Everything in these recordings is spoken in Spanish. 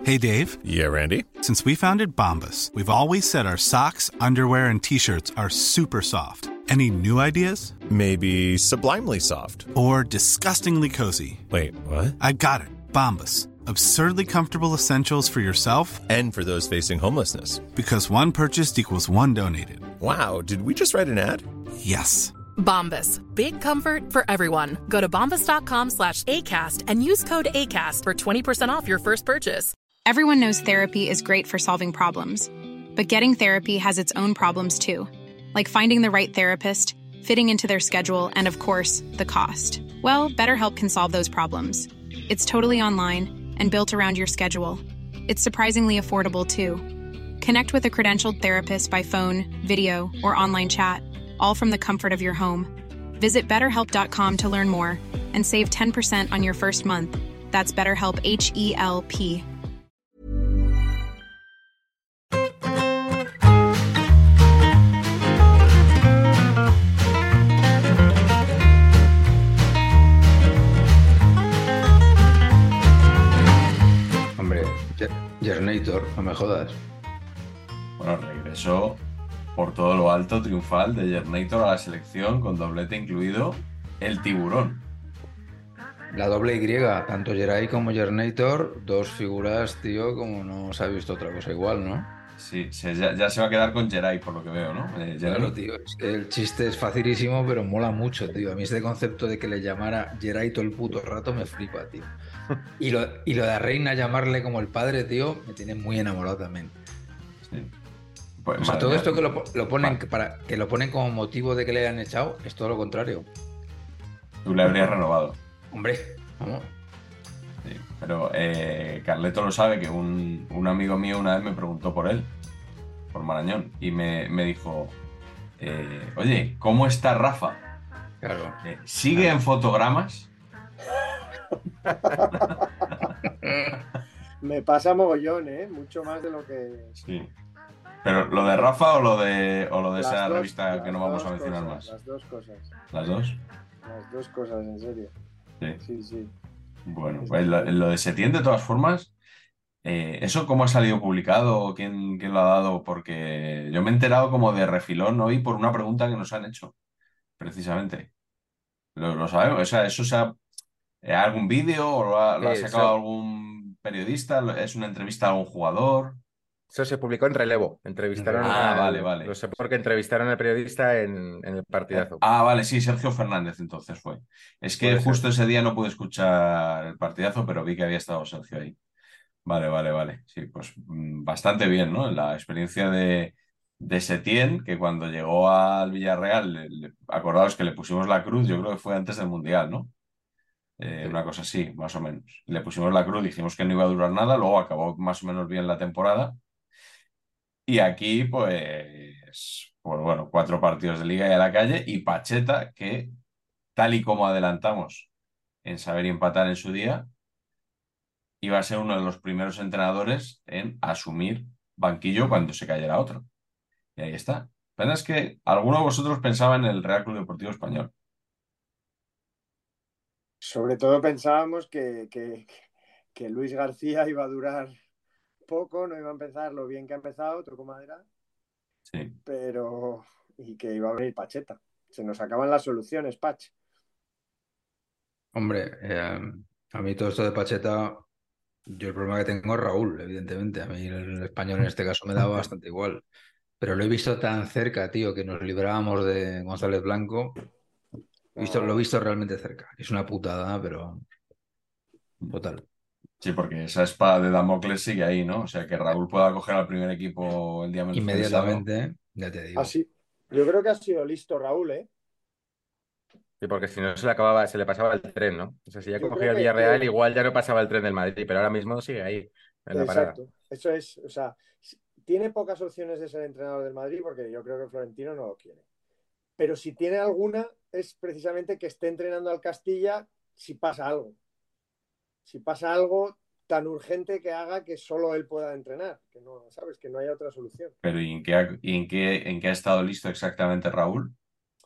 Hey, Dave. Yeah, Randy? Since we founded Bombas, we've always said our socks, underwear, and T-shirts are super soft. Any new ideas? Maybe sublimely soft. Or disgustingly cozy. Wait, what? I got it. Bombas. Absurdly comfortable essentials for yourself And for those facing homelessness. because one purchased equals one donated. Wow, did we just write an ad? Yes. Bombas. Big comfort for everyone. Go to bombas.com/ACAST and use code ACAST for 20% off your first purchase. Everyone knows therapy is great for solving problems. But getting therapy has its own problems too. Like finding the right therapist, fitting into their schedule, and of course, the cost. Well, BetterHelp can solve those problems. It's totally online and built around your schedule. It's surprisingly affordable too. Connect with a credentialed therapist by phone, video, or online chat, all from the comfort of your home. Visit BetterHelp.com to learn more and save 10% on your first month. That's BetterHelp, H-E-L-P. Hombre, Jernator, no me jodas. Bueno, regresó por todo lo alto triunfal de Jernator a la selección con doblete incluido el tiburón. La doble Y, tanto Geray como Jernator, dos figuras, tío, como no se ha visto otra cosa igual, ¿no? Sí, ya se va a quedar con Geray por lo que veo, ¿no? Claro, tío, es que el chiste es facilísimo, pero mola mucho, tío. A mí este concepto de que le llamara Geray todo el puto rato me flipa, tío. Y lo de Reina llamarle como el padre, tío, me tiene muy enamorado también. Sí. Pues, O sea, madre todo mía. esto que lo ponen para que lo ponen como motivo de que le hayan echado es todo lo contrario. Tú le habrías renovado. Hombre, vamos. Sí, pero Carleto lo sabe, que un amigo mío una vez me preguntó por él, por Marañón, y me dijo, oye, ¿cómo está Rafa? Claro. ¿Sigue en fotogramas? Me pasa mogollón, ¿eh? Mucho más de lo que... Sí. ¿Pero lo de Rafa o lo de Las esa dos- revista que no vamos a dos mencionar cosas, más? Las dos cosas. ¿Las dos? Las dos cosas, en serio. Sí. Sí, sí. Bueno, pues lo de Setién, de todas formas, ¿eso cómo ha salido publicado? ¿Quién lo ha dado? Porque yo me he enterado como de refilón hoy por una pregunta que nos han hecho, precisamente. ¿Lo sabemos? O sea, ¿eso algún vídeo o lo ha sacado algún periodista? ¿Es una entrevista a algún jugador? Eso se publicó en Relevo. Entrevistaron Vale. Lo sé porque entrevistaron al periodista en el partidazo. Vale, sí, Sergio Fernández entonces fue. Es que Puede ser. justo ese día no pude escuchar el partidazo, pero vi que había estado Sergio ahí. Vale. Sí, pues bastante bien, ¿no? La experiencia de Setién, que cuando llegó al Villarreal, acordaos que le pusimos la cruz, yo creo que fue antes del Mundial, ¿no? Una cosa así, más o menos. Le pusimos la cruz, dijimos que no iba a durar nada, luego acabó más o menos bien la temporada. Y aquí, pues bueno, 4 partidos de liga y a la calle, y Pacheta, que tal y como adelantamos en Saber y Empatar en su día, iba a ser uno de los primeros entrenadores en asumir banquillo cuando se cayera otro. Y ahí está. Pena es que alguno de vosotros pensaba en el Real Club Deportivo Español. Sobre todo pensábamos que Luis García iba a durar poco, no iba a empezar lo bien que ha empezado, tocó madera, Sí. pero... y que iba a venir Pacheta. Se nos acaban las soluciones, Pach. Hombre, a mí todo esto de Pacheta, yo el problema que tengo es Raúl, evidentemente. A mí el español en este caso me daba bastante igual. Pero lo he visto tan cerca, tío, que nos librábamos de González Blanco. Lo he visto realmente cerca. Es una putada, pero total. Sí, porque esa espada de Damocles sigue ahí, ¿no? O sea, que Raúl pueda coger al primer equipo el día menos pensado. Inmediatamente, ya te digo. Así. Yo creo que ha sido listo Raúl, ¿eh? Y porque si no se le pasaba el tren, ¿no? O sea, si ya Yo cogía creo el que- Villarreal, que- igual ya no pasaba el tren del Madrid, pero ahora mismo sigue ahí, en la parada. Exacto. Eso es, o sea, tiene pocas opciones de ser entrenador del Madrid porque yo creo que Florentino no lo quiere. Pero si tiene alguna, es precisamente que esté entrenando al Castilla si pasa algo. Si pasa algo tan urgente que haga que solo él pueda entrenar, que no, ¿sabes? Que no haya otra solución. Pero ¿y en qué ha estado listo exactamente Raúl?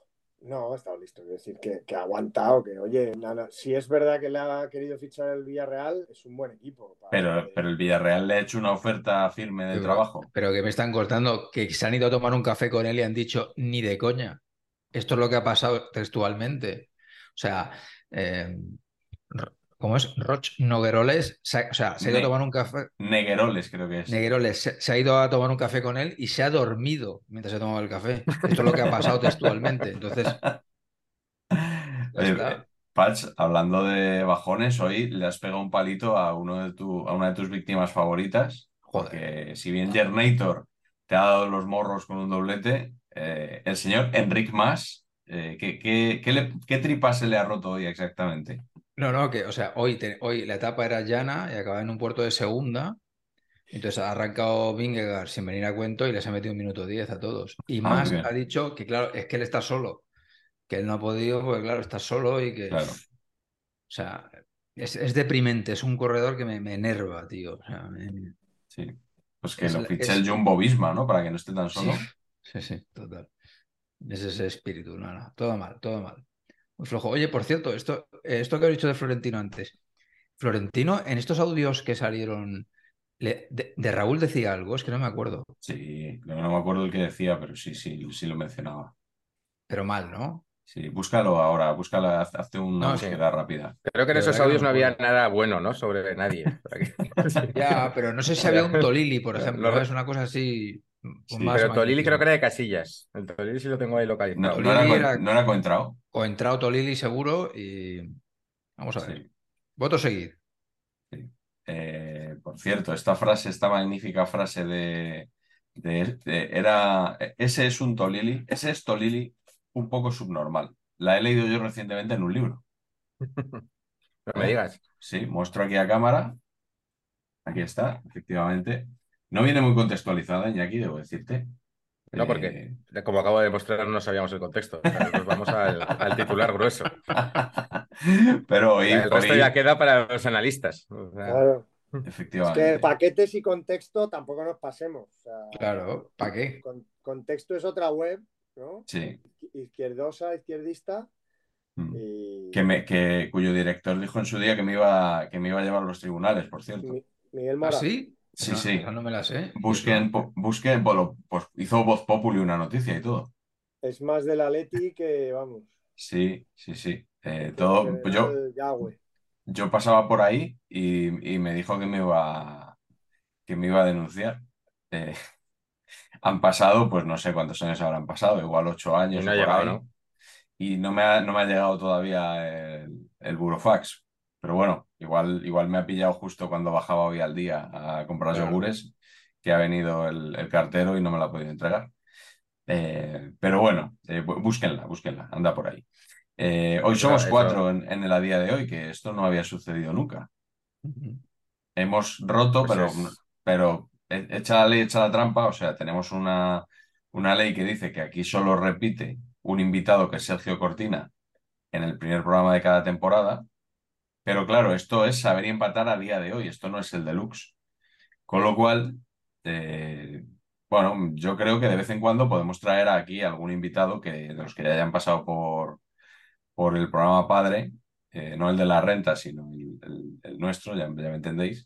No, ha estado listo. Es decir, que ha aguantado, que oye, si es verdad que le ha querido fichar el Villarreal, es un buen equipo. Pero el Villarreal le ha hecho una oferta firme de trabajo. Pero que me están cortando, que se han ido a tomar un café con él y han dicho, ni de coña. Esto es lo que ha pasado textualmente. O sea, eh, ¿cómo es? Roch Nogueroles, o sea, se ha ido a Ne- tomar un café. Negueroles, creo que es. Negueroles se ha ido a tomar un café con él y se ha dormido mientras se tomaba el café. Esto es lo que ha pasado textualmente. Entonces, ya Oye, está. Patch, hablando de bajones, hoy le has pegado un palito a a una de tus víctimas favoritas, Joder. porque si bien Gernator te ha dado los morros con un doblete, el señor Enric Mas, ¿qué tripa se le ha roto hoy exactamente? No, no, que, o sea, hoy la etapa era llana y acaba en un puerto de segunda. Entonces ha arrancado Vingegaard sin venir a cuento y les ha metido 1 minuto 10 a todos. Y Ah, muy más ha bien, dicho que, claro, es que él está solo, que él no ha podido, porque, claro, está solo y que, claro, o sea, es deprimente, es un corredor que me enerva, tío. O sea, sí. Pues que es, lo fiche el es, Jumbo Visma, ¿no? Para que no esté tan sí, solo. sí, sí, total. Es ese espíritu, no, no, todo mal, todo mal. Muy flojo. Oye, por cierto, esto que he dicho de Florentino antes, Florentino, en estos audios que salieron, de Raúl decía algo, es que no me acuerdo, Sí, no me acuerdo el que decía, pero sí, sí, sí lo mencionaba. pero mal, ¿no? Sí, búscalo ahora, búscalo, hazte una No, sí, búsqueda rápida. Creo que en de esos verdad que no audios me no había acuerdo. nada bueno, ¿no? Sobre nadie. Sí. Ya, pero no sé si había Había- un Tolili, por no- ejemplo, no ¿sabes? re- Una cosa así, con Sí. más pero Tolili creo que magnetismo. era de Casillas. El Tolili sí lo tengo ahí No, localizado. Tolili era no era Coentrao. coentrao Tolili seguro y vamos a ver. Sí, Voto seguir. sí. Por cierto, esta magnífica frase ese es un Tolili, ese es Tolili un poco subnormal. La he leído yo recientemente en un libro. No me ¿Eh? digas. Sí, muestro aquí a cámara. Aquí está, efectivamente. No viene muy contextualizada, Iñaki, debo decirte. No, porque Eh, como acabo de demostrar, no sabíamos el contexto. O sea, nosotros vamos al titular grueso. Pero El resto ya hoy, queda para los analistas. O sea, Claro. Es que efectivamente. paquetes y contexto tampoco nos pasemos. O sea, Claro, ¿para qué? contexto es otra web, ¿no? Sí. Izquierdosa, izquierdista. Mm. Y Cuyo director dijo en su día que me iba a llevar a los tribunales, por cierto. Miguel ¿Ah, Mora. sí? Sí, Esa sí. no me la sé. ¿Y eso? Bueno, pues hizo Voz Populi una noticia y todo. Es más del Atleti que, vamos, Sí, sí, sí. que el Pues general Yagüe. yo pasaba por ahí y me dijo que me iba a denunciar. Eh, Han pasado, pues no sé cuántos años habrán pasado, igual y 8 años no o ha por llegado, ahí, ¿no? y no me ha llegado todavía el burofax. Pero bueno, igual me ha pillado justo cuando bajaba hoy al día a comprar Claro. yogures, que ha venido el cartero y no me la ha podido entregar. Pero bueno, búsquenla, búsquenla, anda por ahí. Hoy somos Eso, 4 en el a día de hoy, que esto no había sucedido nunca. Ujú. Hemos roto, pues es. pero echa la ley, echa la trampa. O sea, tenemos una ley que dice que aquí solo repite un invitado, que es Sergio Cortina, en el primer programa de cada temporada. Pero claro, esto es saber y empatar a día de hoy. Esto no es el deluxe. Con lo cual, eh, bueno, yo creo que de vez en cuando podemos traer aquí algún invitado de los que ya hayan pasado por el programa padre, no el de la renta, sino el nuestro, ya me entendéis.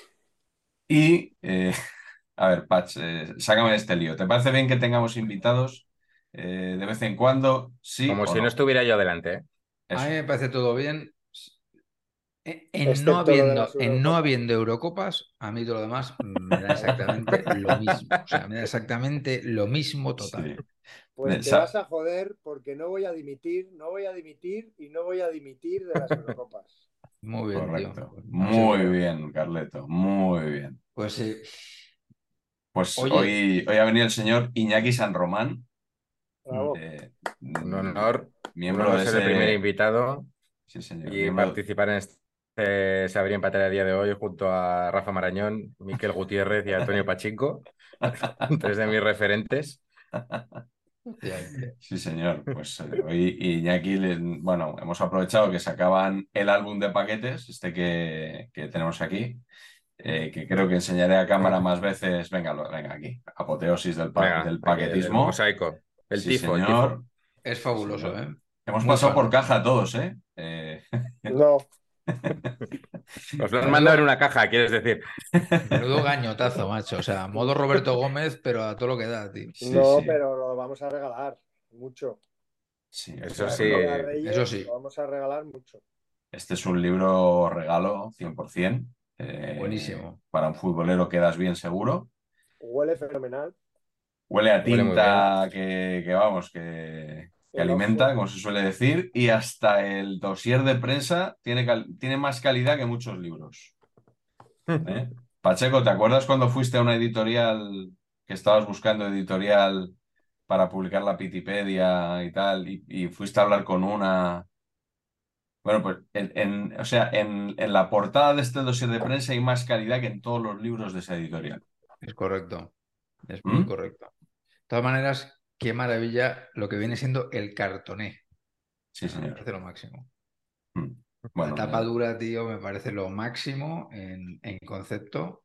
Y, a ver, Patch, sácame de este lío. ¿Te parece bien que tengamos invitados de vez en cuando? ¿Sí Como o si no no? estuviera yo delante, ¿eh? A mí Eso. me parece todo bien. Excepto lo de las En no Eurocopas. habiendo Eurocopas, a mí todo lo demás me da Vale. exactamente lo mismo. O sea, me da exactamente lo mismo total. Sí. Pues te Sa- vas a joder porque no voy a dimitir, no voy a dimitir y no voy a dimitir de las Eurocopas. Muy bien, tío. Correcto. A ver si es Muy verdad. bien, Carleto. Muy bien. Pues sí. Pues Oye, hoy ha venido el señor Iñaki San Román, Bravo. eh, Un mm, honor, un miembro honor de ser el primer ese. invitado Sí, señor. y Miembro. participar en este Saber y Empatar a día de hoy junto a Rafa Marañón, Miquel Gutiérrez y Antonio Pachico, tres de mis referentes. efectivamente. Sí, señor. Pues hoy Iñaki, bueno, hemos aprovechado que sacaban el álbum de paquetes, que tenemos aquí, que creo que enseñaré a cámara más veces. Venga, venga aquí. Apoteosis Venga, del aquí el paquetismo. mosaico, Sí, el tifo. señor. Es Sí, fabuloso, señor. ¿eh? Hemos Muy pasado fan. por caja todos, ¿eh? No, Os lo han mandado en Menudo, una caja, quieres decir. menudo gañotazo, macho. O sea, modo Roberto Gómez, pero a todo lo que da, tío. Sí, no, sí, pero lo vamos a regalar mucho. sí. Eso Para sí, el Día de Eso Reyes lo sí, vamos a regalar mucho. Este es un libro regalo 100%. buenísimo. Para un futbolero quedas bien seguro. Huele fenomenal. Huele a huele muy bien. tinta que vamos, que El alimenta, ojo. como se suele decir, y hasta el dossier de prensa tiene más calidad que muchos libros. ¿Eh? Pacheco, ¿te acuerdas cuando fuiste a una editorial que estabas buscando editorial para publicar la Pitipedia y tal, y fuiste a hablar con una? Bueno, pues o sea, en la portada de este dossier de prensa hay más calidad que en todos los libros de esa editorial. Es correcto. Es muy ¿Mm? correcto. De todas maneras, qué maravilla lo que viene siendo el cartoné. Sí, Me señor. parece lo máximo. Mm. La Bueno, tapa dura, tío, me parece lo máximo en concepto.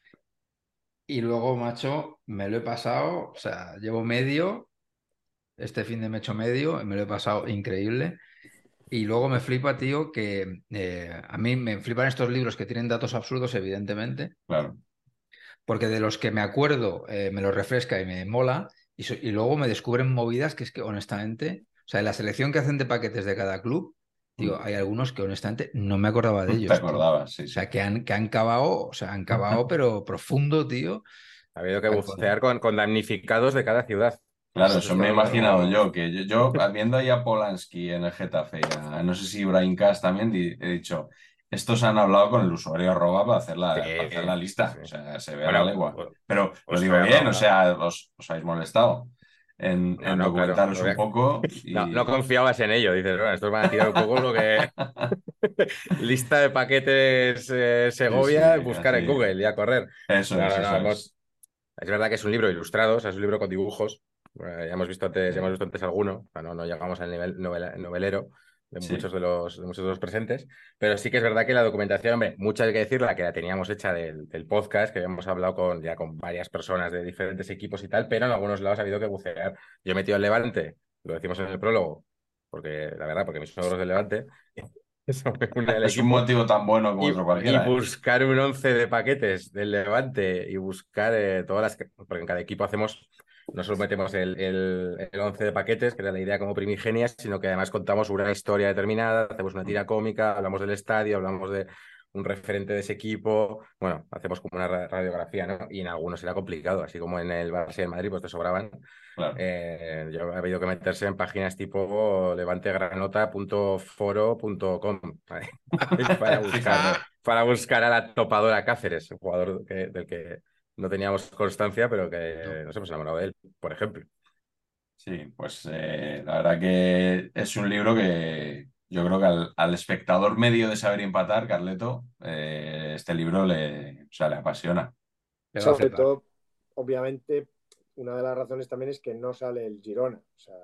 Y luego, macho, me lo he pasado, o sea, llevo medio, este fin de me he hecho medio, y me lo he pasado increíble. Y luego me flipa, tío, que a mí me flipan estos libros que tienen datos absurdos, evidentemente, claro. porque de los que me acuerdo me los refresca y me mola, y luego me descubren movidas que es que honestamente, o sea, en la selección que hacen de paquetes de cada club, tío, Mm. hay algunos que honestamente no me acordaba de Te ellos, tío. acordabas, sí, O sí. sea, que han cavado, o sea, han cavado, pero profundo, tío. Ha habido que Sí. bucear con damnificados de cada ciudad. Claro, Eso eso me he está imaginado claro. yo, que viendo ahí a Polanski en el Getafe, no sé si Brahim Cass también, he dicho, estos han hablado con el usuario arroba Sí, para hacer la sí, lista, sí. o sea, se ve a la Bueno, legua. Pero lo digo usuario bien, o arroba. sea, os habéis molestado No, en no, claro. documentaros un poco No, no y... confiabas en ello. Dices, bueno, estos van a tirar un poco lo que. Lista de paquetes Sí, sí, Segovia, buscar así. en Google y a correr. Eso No, es, no, no, eso es. Es verdad que es un libro ilustrado, o sea, es un libro con dibujos. Ya hemos visto antes alguno, o sea, no llegamos al nivel novelero de Sí, muchos de los presentes, pero sí que es verdad que la documentación, hombre, mucha hay que decirla, que la teníamos hecha del podcast, que habíamos hablado ya con varias personas de diferentes equipos y tal, pero en algunos lados ha habido que bucear. Yo he metido el Levante, lo decimos en el prólogo, porque la verdad, porque mis suegros del Levante, eso me une al es un equipo. motivo tan bueno como otro Y cualquiera, ¿eh? buscar un 11 de paquetes del Levante y buscar todas las porque en cada equipo no solo metemos el 11 de paquetes, que era la idea como primigenia, sino que además contamos una historia determinada, hacemos una tira cómica, hablamos del estadio, hablamos de un referente de ese equipo, bueno, hacemos como una radiografía, ¿no? Y en algunos era complicado, así como en el Barça y el Madrid, pues te sobraban. Claro. Yo ha habido que meterse en páginas tipo levantegranota.foro.com para buscar, Fíjate. para buscar a la topadora Cáceres, un jugador del que no teníamos constancia, pero que No. nos hemos enamorado de él, por ejemplo. Sí, pues la verdad que es un libro que yo creo que al espectador medio de saber empatar, Carleto, este libro o sea, le apasiona. Le va a Sobre flipar. todo, obviamente, una de las razones también es que no sale el Girona. O sea,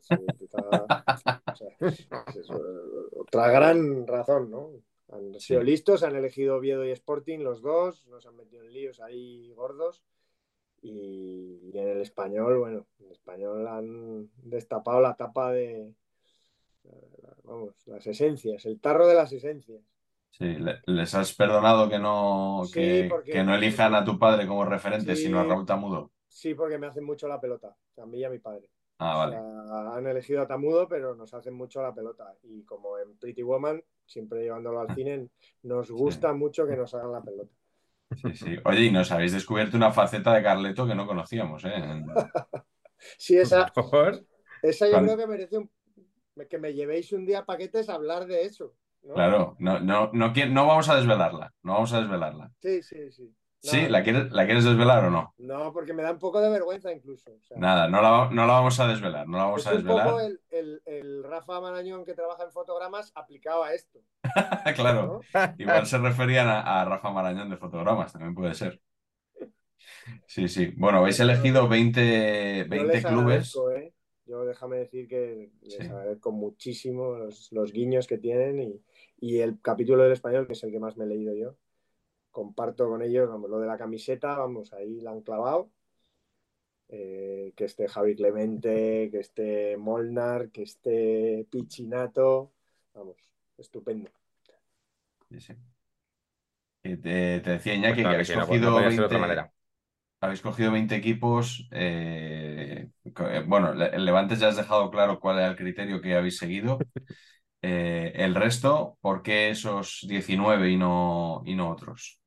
o sea, es otra gran razón, ¿no? Han sido Sí, listos, han elegido Oviedo y Sporting los dos, nos han metido en líos ahí gordos. Y en el español, bueno, en el español han destapado la tapa de, vamos, las esencias, el tarro de las esencias. sí. ¿Les has perdonado Sí, que no elijan a tu padre como referente, sino a sí, Raúl Tamudo? sí, porque me hacen mucho la pelota, a mí y a mi padre. Ah, O vale. sea, han elegido a Tamudo, pero nos hacen mucho la pelota. Y como en Pretty Woman, siempre llevándolo al cine, nos Sí, gusta mucho que nos hagan la pelota. sí, sí. Oye, y nos habéis descubierto una faceta de Carleto que no conocíamos, ¿eh? Sí, Por- esa yo creo Cuan- que merece que me llevéis un día a paquetes a hablar de eso, ¿no? Claro, no vamos a desvelarla, no vamos a desvelarla. Sí, sí, sí. ¿Sí? No, La quieres desvelar o no? no, porque me da un poco de vergüenza incluso. O sea, Nada, no la vamos a desvelar, no la vamos es a un poco desvelar. el Rafa Marañón que trabaja en fotogramas aplicado a esto, Claro, ¿no? igual se referían a Rafa Marañón de fotogramas, también puede ser. Sí, sí. Bueno, habéis elegido Pero 20, yo 20 les clubes. agradezco, ¿eh? Yo déjame decir que Sí, les agradezco muchísimo los guiños que tienen y el capítulo del español, que es el que más me he leído yo. Comparto con ellos, vamos, lo de la camiseta, vamos, ahí la han clavado. que esté Javi Clemente, que esté Molnar, que esté Pichinato, vamos, estupendo. Sí, sí. Te decía Pues Iñaki que claro que sí, no podía ser de otra manera. habéis cogido 20 equipos. Bueno, el Levante ya has dejado claro cuál era el criterio que habéis seguido. El resto, ¿por qué esos 19 y no otros?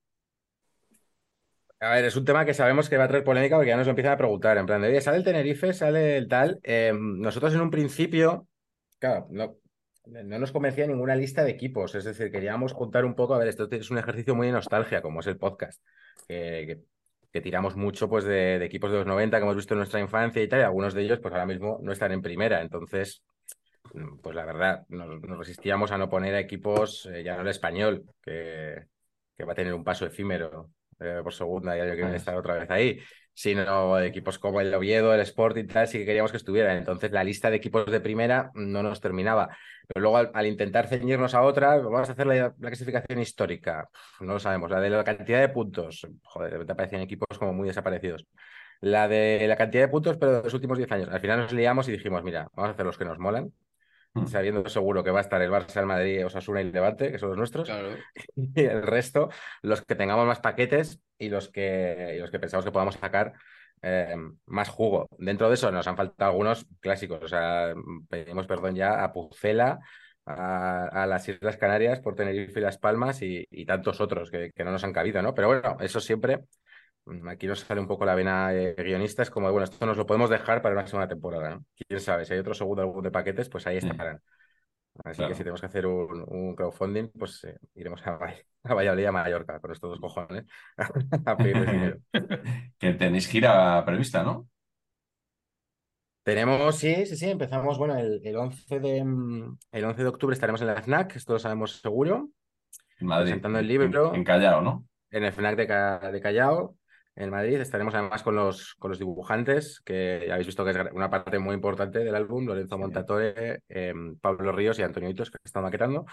A ver, es un tema que sabemos que va a traer polémica porque ya nos lo empiezan a preguntar, en plan de, oye, sale el Tenerife, sale el tal. Nosotros en un principio, claro, no nos convencía ninguna lista de equipos, es decir, queríamos juntar un poco, a ver, esto es un ejercicio muy de nostalgia, como es el podcast, que, que- que tiramos mucho pues de equipos de los 90 que hemos visto en nuestra infancia y tal, y algunos de ellos pues ahora mismo no están en primera, entonces, pues la verdad, nos resistíamos a no poner a equipos, ya no el español, que va a tener un paso efímero por segunda y el año que viene estar otra vez ahí, sino equipos como el Oviedo, el Sport y tal, sí que queríamos que estuvieran. Entonces la lista de equipos de primera no nos terminaba. Pero luego al intentar ceñirnos a otra, vamos a hacer la clasificación histórica. No lo sabemos. La de la cantidad de puntos, joder, de repente aparecían equipos como muy desaparecidos. La de la cantidad de puntos, pero de los últimos 10 años. Al final nos liamos y dijimos, mira, vamos a hacer los que nos molan, Hmm. sabiendo seguro que va a estar el Barça, el Madrid, Osasuna y el Levante, que son los nuestros, Claro. y el resto, los que tengamos más paquetes y los que pensamos que podamos sacar más jugo. Dentro de eso nos han faltado algunos clásicos, o sea, pedimos perdón ya a Pucela, a las Islas Canarias por Tenerife y Las Palmas y tantos otros que no nos han cabido, ¿no? Pero bueno, eso siempre. Aquí nos sale un poco la vena guionista, es como, bueno, esto nos lo podemos dejar para una segunda temporada, ¿no? Quién sabe, si hay otro segundo álbum de paquetes, pues ahí Sí, estarán. Así que si claro. tenemos que hacer un crowdfunding, pues iremos a Valladolid y a Mallorca con estos dos cojones a pedirles dinero. Que tenéis gira prevista, ¿no? Tenemos, sí, sí, sí, empezamos, bueno, el 11 el 11 de octubre estaremos en la FNAC, esto lo sabemos seguro, En Madrid, presentando el en libro Callao, ¿no? en el FNAC de Callao, en Madrid. Estaremos además con los dibujantes, que ya habéis visto que es una parte muy importante del álbum, Lorenzo Sí. Montatore, Pablo Ríos y Antonio Hitos, que están maquetando.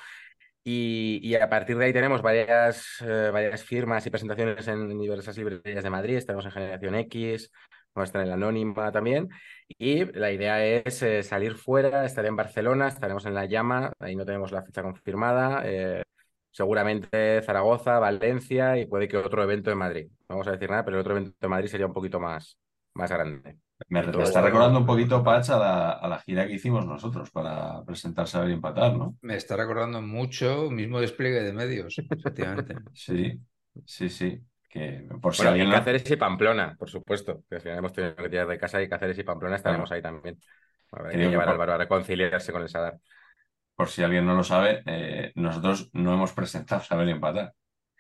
Y a partir de ahí tenemos varias firmas y presentaciones en diversas librerías de Madrid. Estaremos en Generación X, vamos a estar en la Anónima también. Y la idea es salir fuera, estar en Barcelona, estaremos en La Llama, ahí no tenemos la fecha confirmada. Seguramente Zaragoza, Valencia y puede que otro evento en Madrid. No vamos a decir nada, pero el otro evento en Madrid sería un poquito más grande. Me, Y me todo está guardado recordando un por poquito, protocolo. Patch, a la gira que hicimos nosotros para presentar Saber y Empatar, ¿no? Me está recordando mucho mismo despliegue de medios, efectivamente. Sí, sí, sí. Que por si Bueno, y alguien no, Cáceres y Pamplona, por supuesto, que al final hemos tenido que tirar de casa y Cáceres y Pamplona estaremos claro, ahí también. Habrá que creo que llevar a Álvaro a reconciliarse con el Sadar. por si alguien no lo sabe, nosotros no hemos presentado Saber y Empatar.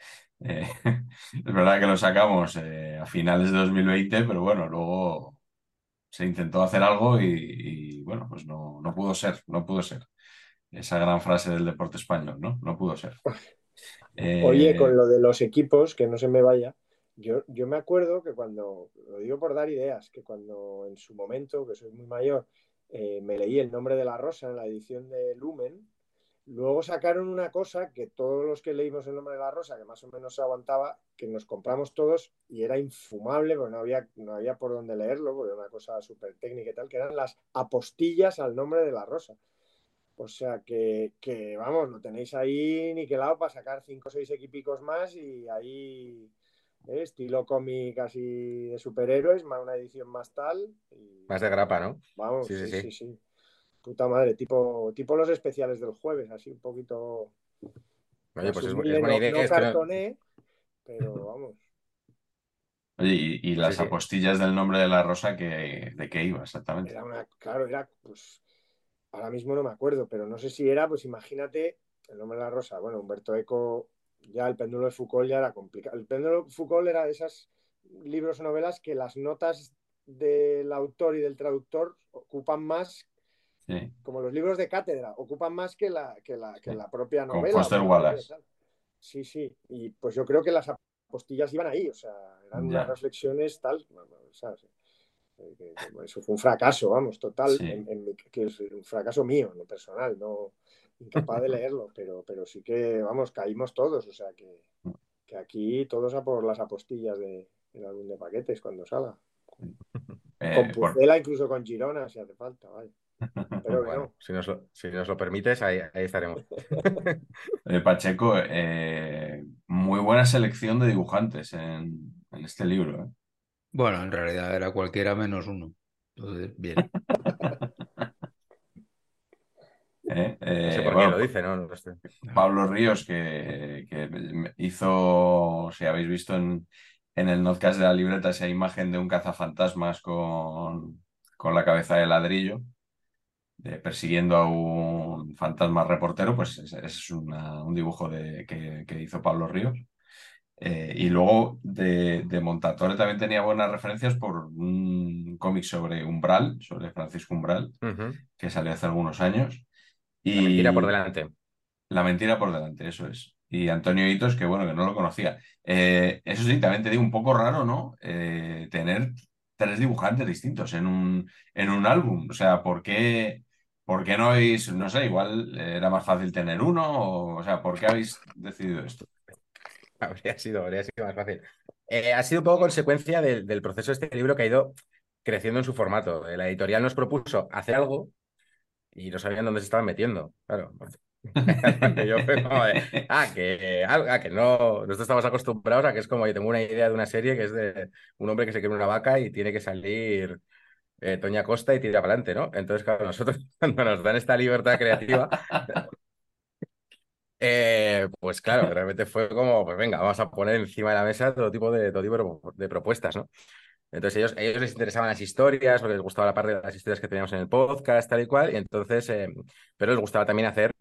Es verdad que lo sacamos a finales de 2020, pero bueno, luego se intentó hacer algo bueno, pues no pudo ser, no pudo ser. Esa gran frase del deporte español, ¿no? No pudo ser. Oye, con Eh, lo de los equipos, que no se me vaya, yo me acuerdo que cuando, lo digo por dar ideas, que cuando en su momento, que soy muy mayor, me leí El nombre de la rosa en la edición de Lumen, luego sacaron una cosa que todos los que leímos El nombre de la rosa, que más o menos se aguantaba, que nos compramos todos y era infumable porque no había por dónde leerlo, porque era una cosa súper técnica y tal, que eran las apostillas al nombre de la rosa. O sea que, vamos, lo tenéis ahí niquelado para sacar 5 o 6 equipicos más y ahí, estilo cómic así de superhéroes, más una edición más tal. Y Más de grapa, ¿no? vamos, Sí, sí, sí, sí, sí. sí. Puta madre, tipo los especiales del jueves, así un poquito Oye, más pues es humilde, buena no, idea. no Es que cartoné, pero vamos. Oye, y sí, las sí. apostillas del nombre de la rosa, ¿de qué iba exactamente? Claro, pues, ahora mismo no me acuerdo, pero no sé si era, pues imagínate, El nombre de la rosa, bueno, Humberto Eco, ya el péndulo de Foucault ya era complicado. El péndulo de Foucault era de esos libros o novelas que las notas del autor y del traductor ocupan más, Sí, como los libros de cátedra, ocupan más que sí. la propia Con novela o que Foster la propia Wallace. tal. Sí, sí, y pues yo creo que las apostillas iban ahí, o sea, eran unas Ya, reflexiones tal, o sea, eso fue un fracaso, vamos, total, sí. que es un fracaso mío, no personal, no incapaz de leerlo, pero sí que, vamos, caímos todos, o sea, que aquí todos a por las apostillas del álbum de paquetes cuando salga. Con Por- Pucela, incluso con Girona, si hace falta, vale. Pero que Bueno, no. si nos lo permites, ahí estaremos. Pacheco, muy buena selección de dibujantes en este libro, ¿eh? Bueno, en realidad era cualquiera menos uno. Entonces, bien. No sé por quién Bueno, lo dice, ¿no? No sé. Pablo Ríos, que hizo, si habéis visto en el notcast de la libreta, esa imagen de un cazafantasmas con la cabeza de ladrillo, persiguiendo a un fantasma reportero, pues ese es un dibujo que hizo Pablo Ríos. Y luego de Montatore también tenía buenas referencias por un cómic sobre Umbral, sobre Francisco Umbral, Ujú. que salió hace algunos años. La mentira por Y delante. La mentira por delante, eso es. Y Antonio Hitos, que bueno, que no lo conocía. Eso sí, también te digo, un poco raro, ¿no? Tener tres dibujantes distintos en un álbum. O sea, por qué no habéis, no sé, igual era más fácil tener uno? O sea, ¿por qué habéis decidido esto? Habría sido más fácil. Ha sido un poco consecuencia del proceso de este libro que ha ido creciendo en su formato. La editorial nos propuso hacer algo y no sabían dónde se estaban metiendo. Claro. Porque yo fue como de, que no, nosotros estamos acostumbrados a que es como, yo tengo una idea de una serie que es de un hombre que se quiere una vaca y tiene que salir Toña Costa y tira para adelante, ¿no? Entonces, claro, nosotros cuando nos dan esta libertad creativa, pues claro, de repente fue como, pues venga, vamos a poner encima de la mesa todo tipo de propuestas, ¿no? Entonces ellos les interesaban las historias, porque les gustaba la parte de las historias que teníamos en el podcast, tal y cual, y entonces, pero les gustaba también hacer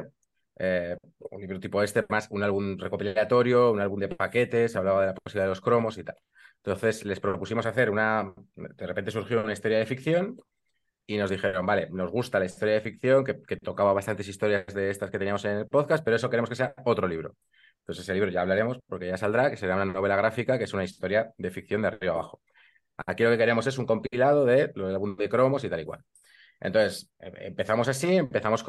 un libro tipo este, más un álbum recopilatorio, un álbum de paquetes, hablaba de la posibilidad de los cromos y tal. Entonces les propusimos hacer de repente surgió una historia de ficción y nos dijeron, vale, nos gusta la historia de ficción, que tocaba bastantes historias de estas que teníamos en el podcast, pero eso queremos que sea otro libro. Entonces ese libro ya hablaremos porque ya saldrá, que será una novela gráfica, que es una historia de ficción de arriba abajo. Aquí lo que queremos es un compilado de lo del álbum de cromos y tal y cual. Entonces, empezamos así, empezamos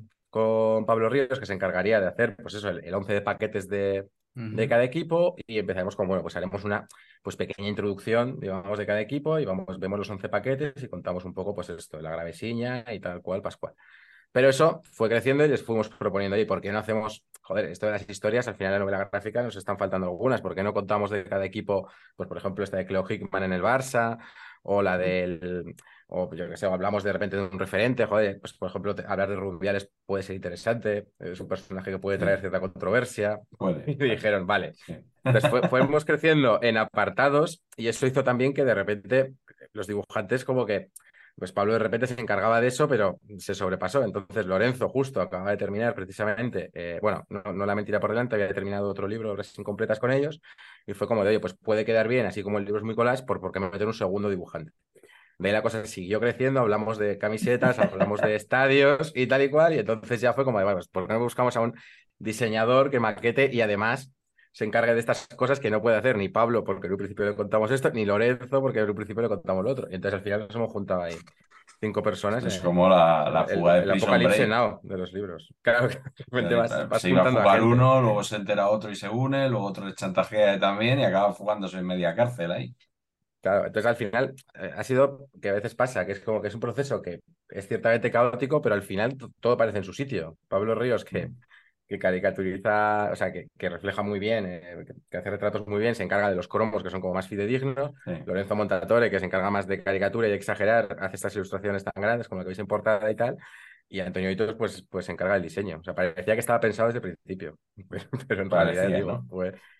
con Pablo Ríos, que se encargaría de hacer, pues eso, el 11 de paquetes de Ujú. cada equipo y empezaremos con, bueno, pues haremos una pues pequeña introducción, digamos, de cada equipo y vemos los 11 paquetes y contamos un poco, pues esto, la gravesiña y tal cual, pascual. Pero eso fue creciendo y les fuimos proponiendo, ¿y por qué no hacemos, joder, esto de las historias, al final de la novela gráfica nos están faltando algunas, ¿por qué no contamos de cada equipo, pues por ejemplo, esta de Cleo Hickman en el Barça, o la del, o yo qué sé, o hablamos de repente de un referente, joder, pues por ejemplo, hablar de Rubiales puede ser interesante, es un personaje que puede traer Sí, cierta controversia, y puede. dijeron, vale. Sí. Entonces fuimos creciendo en apartados y eso hizo también que de repente los dibujantes como que pues Pablo de repente se encargaba de eso, pero se sobrepasó. Entonces Lorenzo justo acaba de terminar precisamente, bueno, no La mentira por delante, había terminado otro libro, Obras incompletas con ellos, y fue como de, oye, pues puede quedar bien, así como el libro es muy collage, ¿por qué meter un segundo dibujante? De ahí la cosa siguió creciendo, hablamos de camisetas, hablamos de estadios y tal y cual, y entonces ya fue como de, bueno, pues ¿por qué no buscamos a un diseñador que maquete y además se encargue de estas cosas que no puede hacer ni Pablo, porque en un principio le contamos esto, ni Lorenzo, porque en un principio le contamos lo otro? Y entonces al final nos hemos juntado ahí 5 personas Esto es en como la fuga de el Prison apocalipsis Break. now de los libros. Claro que de repente vas Se iba a juntando a fugar gente. uno, luego se entera otro y se une, luego otro le chantajea también y acaba fugándose en media cárcel ahí. Claro, entonces al final ha sido que a veces pasa, que es como que es un proceso que es ciertamente caótico, pero al final todo parece en su sitio. Pablo Ríos, que caricaturiza, o sea, que refleja muy bien, que hace retratos muy bien, se encarga de los cromos que son como más fidedignos. Sí. Lorenzo Montatore, que se encarga más de caricatura y de exagerar, hace estas ilustraciones tan grandes como la que veis en portada y tal. Y Antonio Hitos, pues se encarga del diseño. O sea, parecía que estaba pensado desde el principio, pero en realidad, Parecía, digo, ¿no?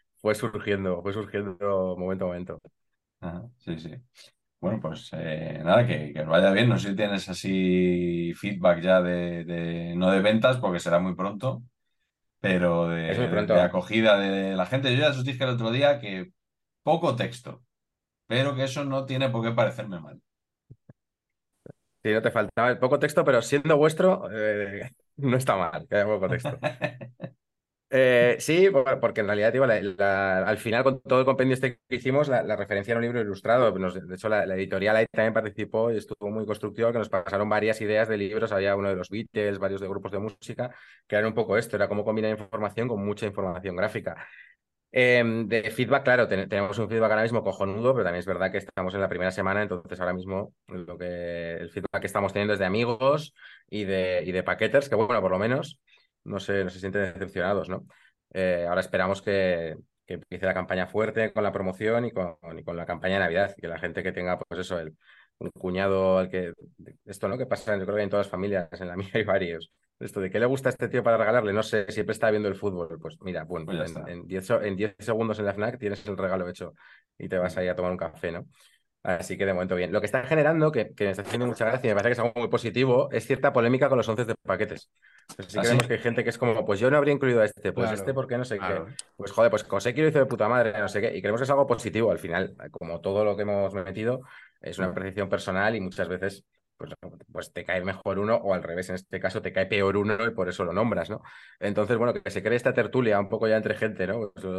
fue surgiendo momento a momento. Ajá, sí, sí. Bueno, pues nada, que os vaya bien. No sé si tienes así feedback ya no de ventas, porque será muy pronto, pero Es muy de pronto. acogida de la gente. Yo ya os dije el otro día que poco texto, pero que eso no tiene por qué parecerme mal. Sí, no te faltaba el poco texto, pero siendo vuestro, no está mal que haya poco texto. Sí, porque en realidad, digo, al final, con todo el compendio este que hicimos, la referencia era un libro ilustrado. De hecho, la editorial ahí también participó y estuvo muy constructivo, que nos pasaron varias ideas de libros. Había uno de los Beatles, varios de grupos de música, que eran un poco esto, era cómo combinar información con mucha información gráfica. De feedback, claro, tenemos un feedback ahora mismo cojonudo, pero también es verdad que estamos en la primera semana, entonces ahora mismo el feedback que estamos teniendo es de amigos y de paqueters, que bueno, por lo menos no se sienten decepcionados, ¿no? Ahora esperamos que empiece la campaña fuerte con la promoción y con la campaña de Navidad, que la gente que tenga, pues eso, un cuñado al que, esto, ¿no? Que pasa, yo creo que en todas las familias, en la mía hay varios. Esto de qué le gusta a este tío para regalarle, no sé, siempre está viendo el fútbol. Pues mira, bueno, Pues ya en, está. en 10 segundos en la FNAC tienes el regalo hecho y te vas ahí a tomar un café, ¿no? Así que de momento bien. Lo que está generando, que me está haciendo mucha gracia y me parece que es algo muy positivo, es cierta polémica con los 11 de paquetes. Entonces sí ¿Ah, que vemos que sí? hay gente que es como, pues yo no habría incluido a este, pues este, Claro, ¿por qué no sé qué? claro. Pues joder, pues José lo hizo de puta madre, no sé qué. Y creemos que es algo positivo al final, como todo lo que hemos metido, es una apreciación personal y muchas veces pues te cae mejor uno o al revés, en este caso te cae peor uno y por eso lo nombras, ¿no? Entonces, bueno, que se cree esta tertulia un poco ya entre gente, ¿no? Pues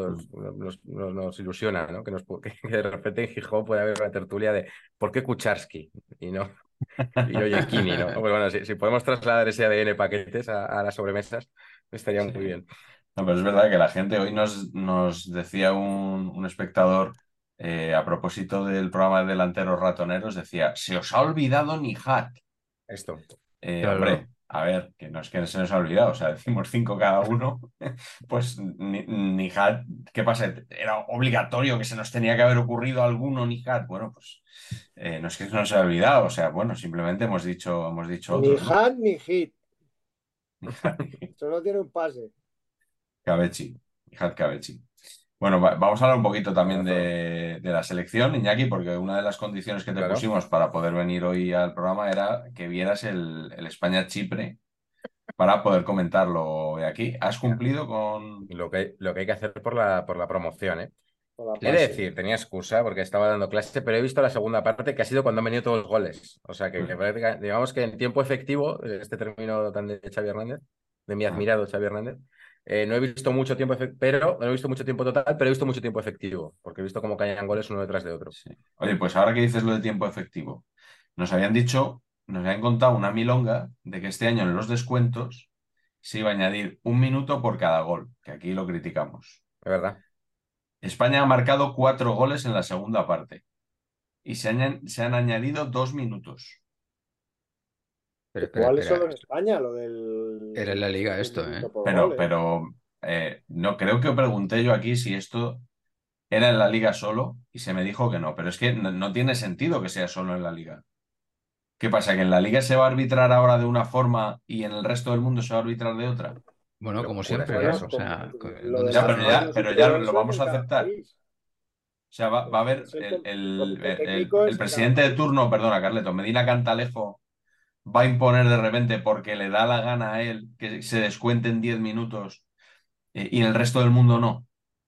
nos ilusiona, ¿no? Que de repente en Gijón puede haber una tertulia de ¿por qué Kucharski? Y no, y oye, Kini, ¿no? Pues bueno, si podemos trasladar ese ADN paquetes a las sobremesas, estaría Sí. muy bien. No, pero es verdad que la gente hoy nos decía un espectador a propósito del programa de delanteros ratoneros, decía, se os ha olvidado Nihat. Esto. Hombre, Claro. a ver, que no es que se nos ha olvidado, o sea, decimos cinco cada uno, pues Nihat, ¿qué pasa? Era obligatorio que se nos tenía que haber ocurrido alguno Nihat. Bueno, pues no es que se nos haya olvidado, o sea, bueno, simplemente hemos dicho Ni otros, ¿no? hat ni hit. Nihat, Solo tiene un pase. Cabechi, Nihat Cabechi. Bueno, vamos a hablar un poquito también Jugadorazo. de la selección, Iñaki, porque una de las condiciones que te Claro. pusimos para poder venir hoy al programa era que vieras el España-Chipre para poder comentarlo de aquí. ¿Has Ya. cumplido con...? Lo que hay que hacer por la promoción, ¿eh? Con la He de pasión. decir, tenía excusa porque estaba dando clase, pero he visto la segunda parte que ha sido cuando han venido todos los goles. O sea que digamos que en tiempo efectivo, este término tan de Xavi Hernández, de mi admirado Xavi Hernández, no he visto mucho tiempo, pero no he visto mucho tiempo total, pero he visto mucho tiempo efectivo, porque he visto cómo caían goles uno detrás de otro. Sí. Oye, pues ahora que dices lo de tiempo efectivo, nos habían contado una milonga de que este año en los descuentos se iba a añadir 1 minuto por cada gol, que aquí lo criticamos. Es verdad. España ha marcado 4 goles en la segunda parte y se han añadido 2 minutos. Pero espera, Igual es espera. solo en España lo Era en del la liga un esto, minuto ¿eh? por Pero, gol, ¿eh? pero no creo que pregunté yo aquí si esto era en la liga solo y se me dijo que no, pero es que no tiene sentido que sea solo en la liga. ¿Qué pasa? ¿Que en la liga se va a arbitrar ahora de una forma y en el resto del mundo se va a arbitrar de otra? Bueno, como Locura siempre, sería Bueno, claro. O eso. sea, lo ¿dónde de Ya, está el las fallo? pero y ya todo lo eso es vamos en a cada aceptar. país. O sea, va a haber El comité técnico el es en cada presidente de país. turno, perdona, Carleto, Medina Cantalejo, va a imponer de repente porque le da la gana a él que se descuenten 10 minutos y en el resto del mundo no.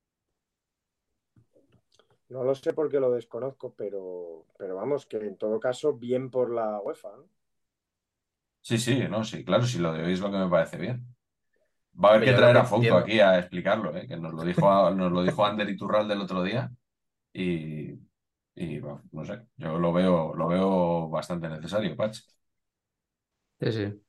No lo sé porque lo desconozco, pero vamos, que en todo caso, bien por la UEFA, ¿no? Sí, sí, no, sí, claro, si lo de hoy es lo que me parece bien. Va a haber Hombre, que yo lo traer que a Fouto entiendo. aquí a explicarlo, que nos lo dijo Ander Iturralde el otro día y, bueno, no sé, yo lo veo bastante necesario, Pach. Sí, sí.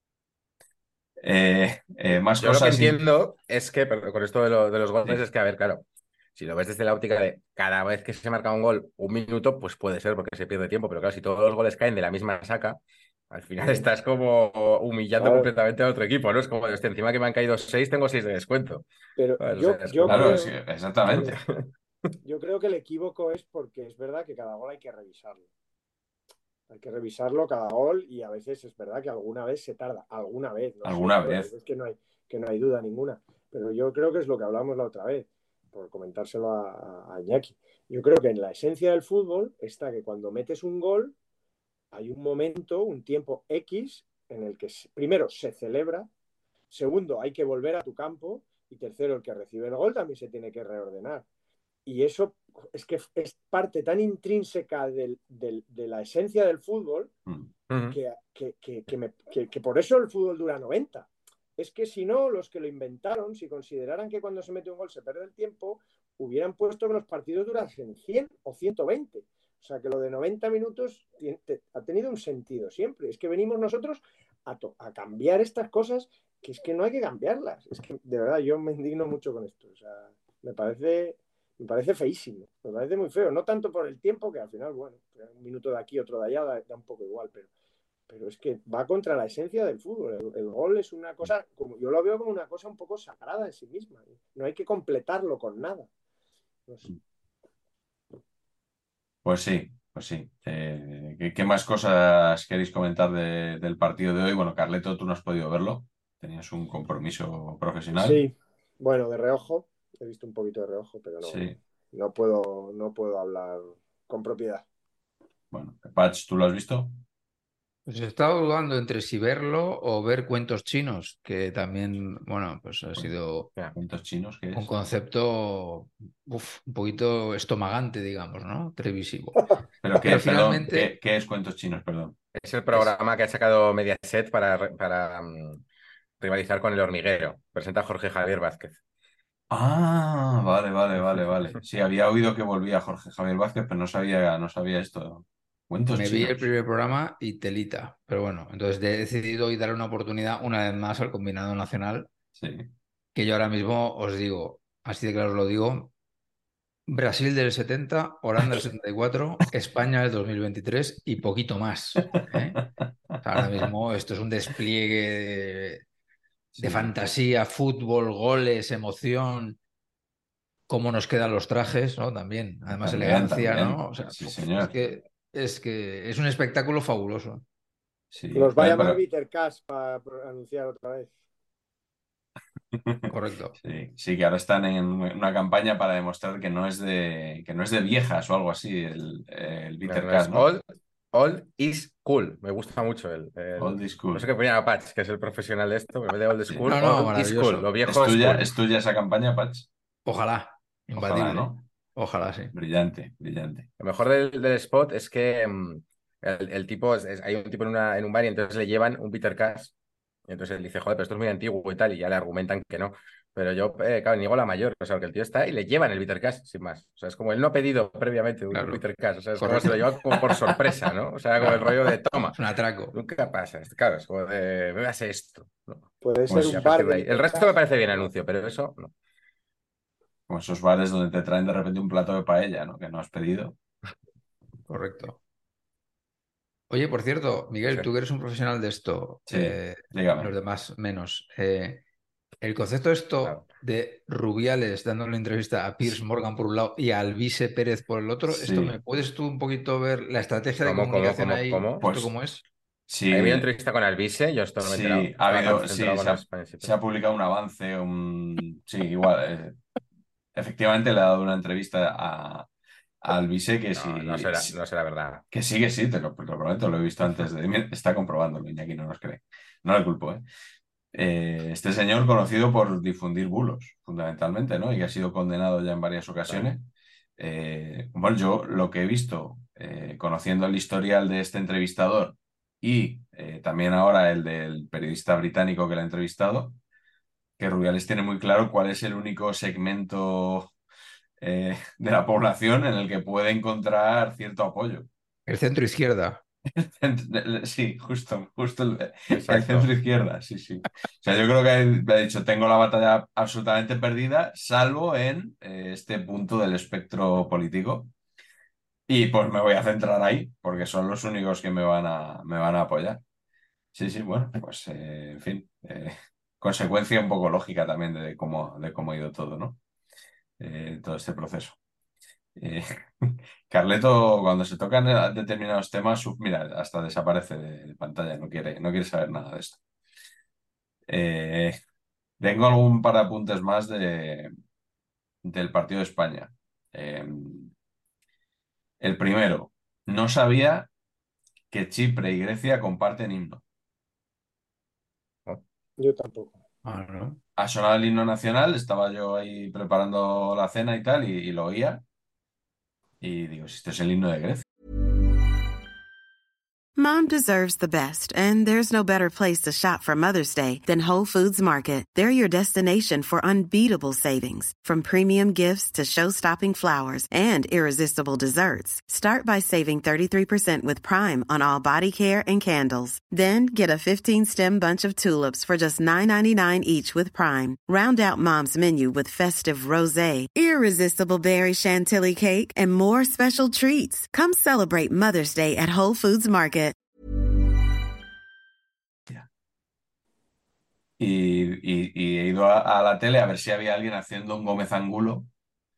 Más Yo lo que cosas. entiendo es que, perdón, con esto de los goles, Sí. es que, a ver, claro, si lo ves desde la óptica de cada vez que se marca un gol, 1 minuto, pues puede ser porque se pierde tiempo, pero claro, si todos los goles caen de la misma saca, al final Mm, estás como humillando claro, completamente a otro equipo, ¿no? Es como, hostia, encima que me han caído 6, tengo 6 de descuento. pero ¿Sabes? O sea, yo, es yo Claro, sí, creo, exactamente. yo creo que el equívoco es porque es verdad que cada gol hay que revisarlo. Hay que revisarlo cada gol y a veces es verdad que alguna vez se tarda, alguna vez, no Alguna siempre, hay vez. veces que no hay duda ninguna. Pero yo creo que es lo que hablamos la otra vez, por comentárselo a Iñaki. Yo creo que en la esencia del fútbol está que cuando metes un gol hay un momento, un tiempo X en el que primero se celebra, segundo hay que volver a tu campo y tercero el que recibe el gol también se tiene que reordenar. Y eso es que es parte tan intrínseca de la esencia del fútbol Mm. Ujú. que por eso el fútbol dura 90. Es que si no, los que lo inventaron, si consideraran que cuando se mete un gol se pierde el tiempo, hubieran puesto que los partidos durasen 100 o 120. O sea que lo de 90 minutos ha tenido un sentido siempre. Es que venimos nosotros a cambiar estas cosas que es que no hay que cambiarlas. Es que de verdad yo me indigno mucho con esto. O sea, Me parece feísimo, me parece muy feo. No tanto por el tiempo, que al final, bueno, un minuto de aquí, otro de allá, da un poco igual, pero es que va contra la esencia del fútbol. El gol es una cosa, como yo lo veo como una cosa un poco sagrada en sí misma. No hay que completarlo con nada. No sé. Pues sí, pues sí. ¿Qué más cosas queréis comentar del partido de hoy? Bueno, Carleto, tú no has podido verlo. Tenías un compromiso profesional. Sí, bueno, de reojo. He visto un poquito de reojo, pero Sí. no puedo hablar con propiedad. Bueno, Patch, ¿tú lo has visto? Pues he estado dudando entre si verlo o ver Cuentos Chinos, que también, bueno, pues ha sido ¿Cuentos chinos qué un es? concepto un poquito estomagante, digamos, ¿no? Televisivo. Pero Pero perdón, finalmente ¿qué es Cuentos chinos? Perdón. Es el programa que ha sacado Mediaset para rivalizar con El Hormiguero. Presenta a Jorge Javier Vázquez. Ah, vale. Sí, había oído que volvía Jorge Javier Vázquez, pero no sabía esto. Cuentos me vi el chinos. primer programa y telita. Pero bueno, entonces he decidido hoy darle una oportunidad una vez más al combinado nacional, Sí. que yo ahora mismo os digo, así de claro os lo digo, Brasil del 70, Holanda del 74, España del 2023 y poquito más. ¿Eh? O sea, ahora mismo esto es un despliegue de Sí. fantasía, fútbol, goles, emoción, cómo nos quedan los trajes, ¿no? También, además elegancia, También. ¿no? O sea, Sí, es señor. que es un espectáculo fabuloso. Sí. Nos va a Oye, llamar pero Peter Cash para anunciar otra vez. Correcto. sí, que ahora están en una campaña para demostrar que no es de viejas o algo así, el No, Bitter no, Cat, es ¿no? Old is Cool. Me gusta mucho Old is no cool. sé qué ponía Patch, que es el profesional de esto, pero en vez de Old Sí. School, No, no, Old is Cool. Lo maravilloso. ¿Es viejo es tuya, cool. es tuya esa campaña, Patch? Ojalá, Ojalá, imbatible. ¿no? Ojalá, sí. Brillante. Lo mejor del spot es que el tipo, hay un tipo en un bar y entonces le llevan un Peter Cash. Y entonces él dice, joder, pero esto es muy antiguo y tal, y ya le argumentan que no. Pero yo, claro, niego la mayor. O sea, que el tío está y le llevan el Peter Cash, sin más. O sea, es como él no ha pedido previamente un Claro. Peter Cash. O sea, es como se lo Correcto. lleva como por sorpresa, ¿no? O sea, como el Claro. rollo de toma. Es un atraco. Nunca pasa. Claro, es como de, me hace esto, ¿no? Puede ser Pues, Y a un bar partir de de ahí. El Peter resto me Cash. parece bien anuncio, pero eso no. como esos bares donde te traen de repente un plato de paella, ¿no? Que no has pedido. Correcto. Oye, por cierto, Sí, Miguel, tú que eres un profesional de esto, Sí, dígame. los demás menos. El concepto esto claro. de Rubiales dándole entrevista a Piers Morgan por un lado y a Alvise Pérez por el otro, ¿esto Sí. me puedes tú un poquito ver la estrategia de ¿Cómo, cómo, comunicación cómo, ahí? cómo? ¿Esto Pues cómo es? Hay una sí, entrevista con Alvise, yo esto no me he enterado. sí, ha Estaba tan habido, sí, centrado con España, sí, se ha publicado un avance, sí, igual. Efectivamente le ha dado una entrevista a Alvise que No, no sí, será, no será verdad. que sí, te lo prometo, lo he visto antes de. Mira, está comprobándolo, Iñaki no nos cree. No le culpo, ¿eh? Este señor conocido por difundir bulos, fundamentalmente, ¿no? Y que ha sido condenado ya en varias Claro. ocasiones. Bueno, yo lo que he visto, conociendo el historial de este entrevistador y también ahora el del periodista británico que lo ha entrevistado, que Rubiales tiene muy claro cuál es el único segmento de la población en el que puede encontrar cierto apoyo. El centro izquierda. Sí, justo el centro Exacto. izquierda, sí, sí. O sea, yo creo que ha dicho, tengo la batalla absolutamente perdida, salvo en este punto del espectro político. Y pues me voy a centrar ahí, porque son los únicos que me van a apoyar. Sí, sí, bueno, pues en fin, consecuencia un poco lógica también de cómo ha ido todo, ¿no? Todo este proceso. Eh, Carleto, cuando se tocan determinados temas, mira, hasta desaparece de pantalla, no quiere saber nada de esto. Eh, Tengo algún par de apuntes más del partido de España. Eh, el primero, no sabía que Chipre y Grecia comparten himno. ¿No? Yo tampoco. Ah, ¿no? Ha sonado el himno nacional, estaba yo ahí preparando la cena y tal, y lo oía, y digo, si esto es el himno de Grecia. Mom deserves the best, and there's no better place to shop for Mother's Day than Whole Foods Market. They're your destination for unbeatable savings, from premium gifts to show-stopping flowers and irresistible desserts. Start by saving 33% with Prime on all body care and candles. Then get a 15-stem bunch of tulips for just $9.99 each with Prime. Round out Mom's menu with festive rosé, irresistible berry chantilly cake, and more special treats. Come celebrate Mother's Day at Whole Foods Market. Y he ido a la tele a ver si había alguien haciendo un Gómez Angulo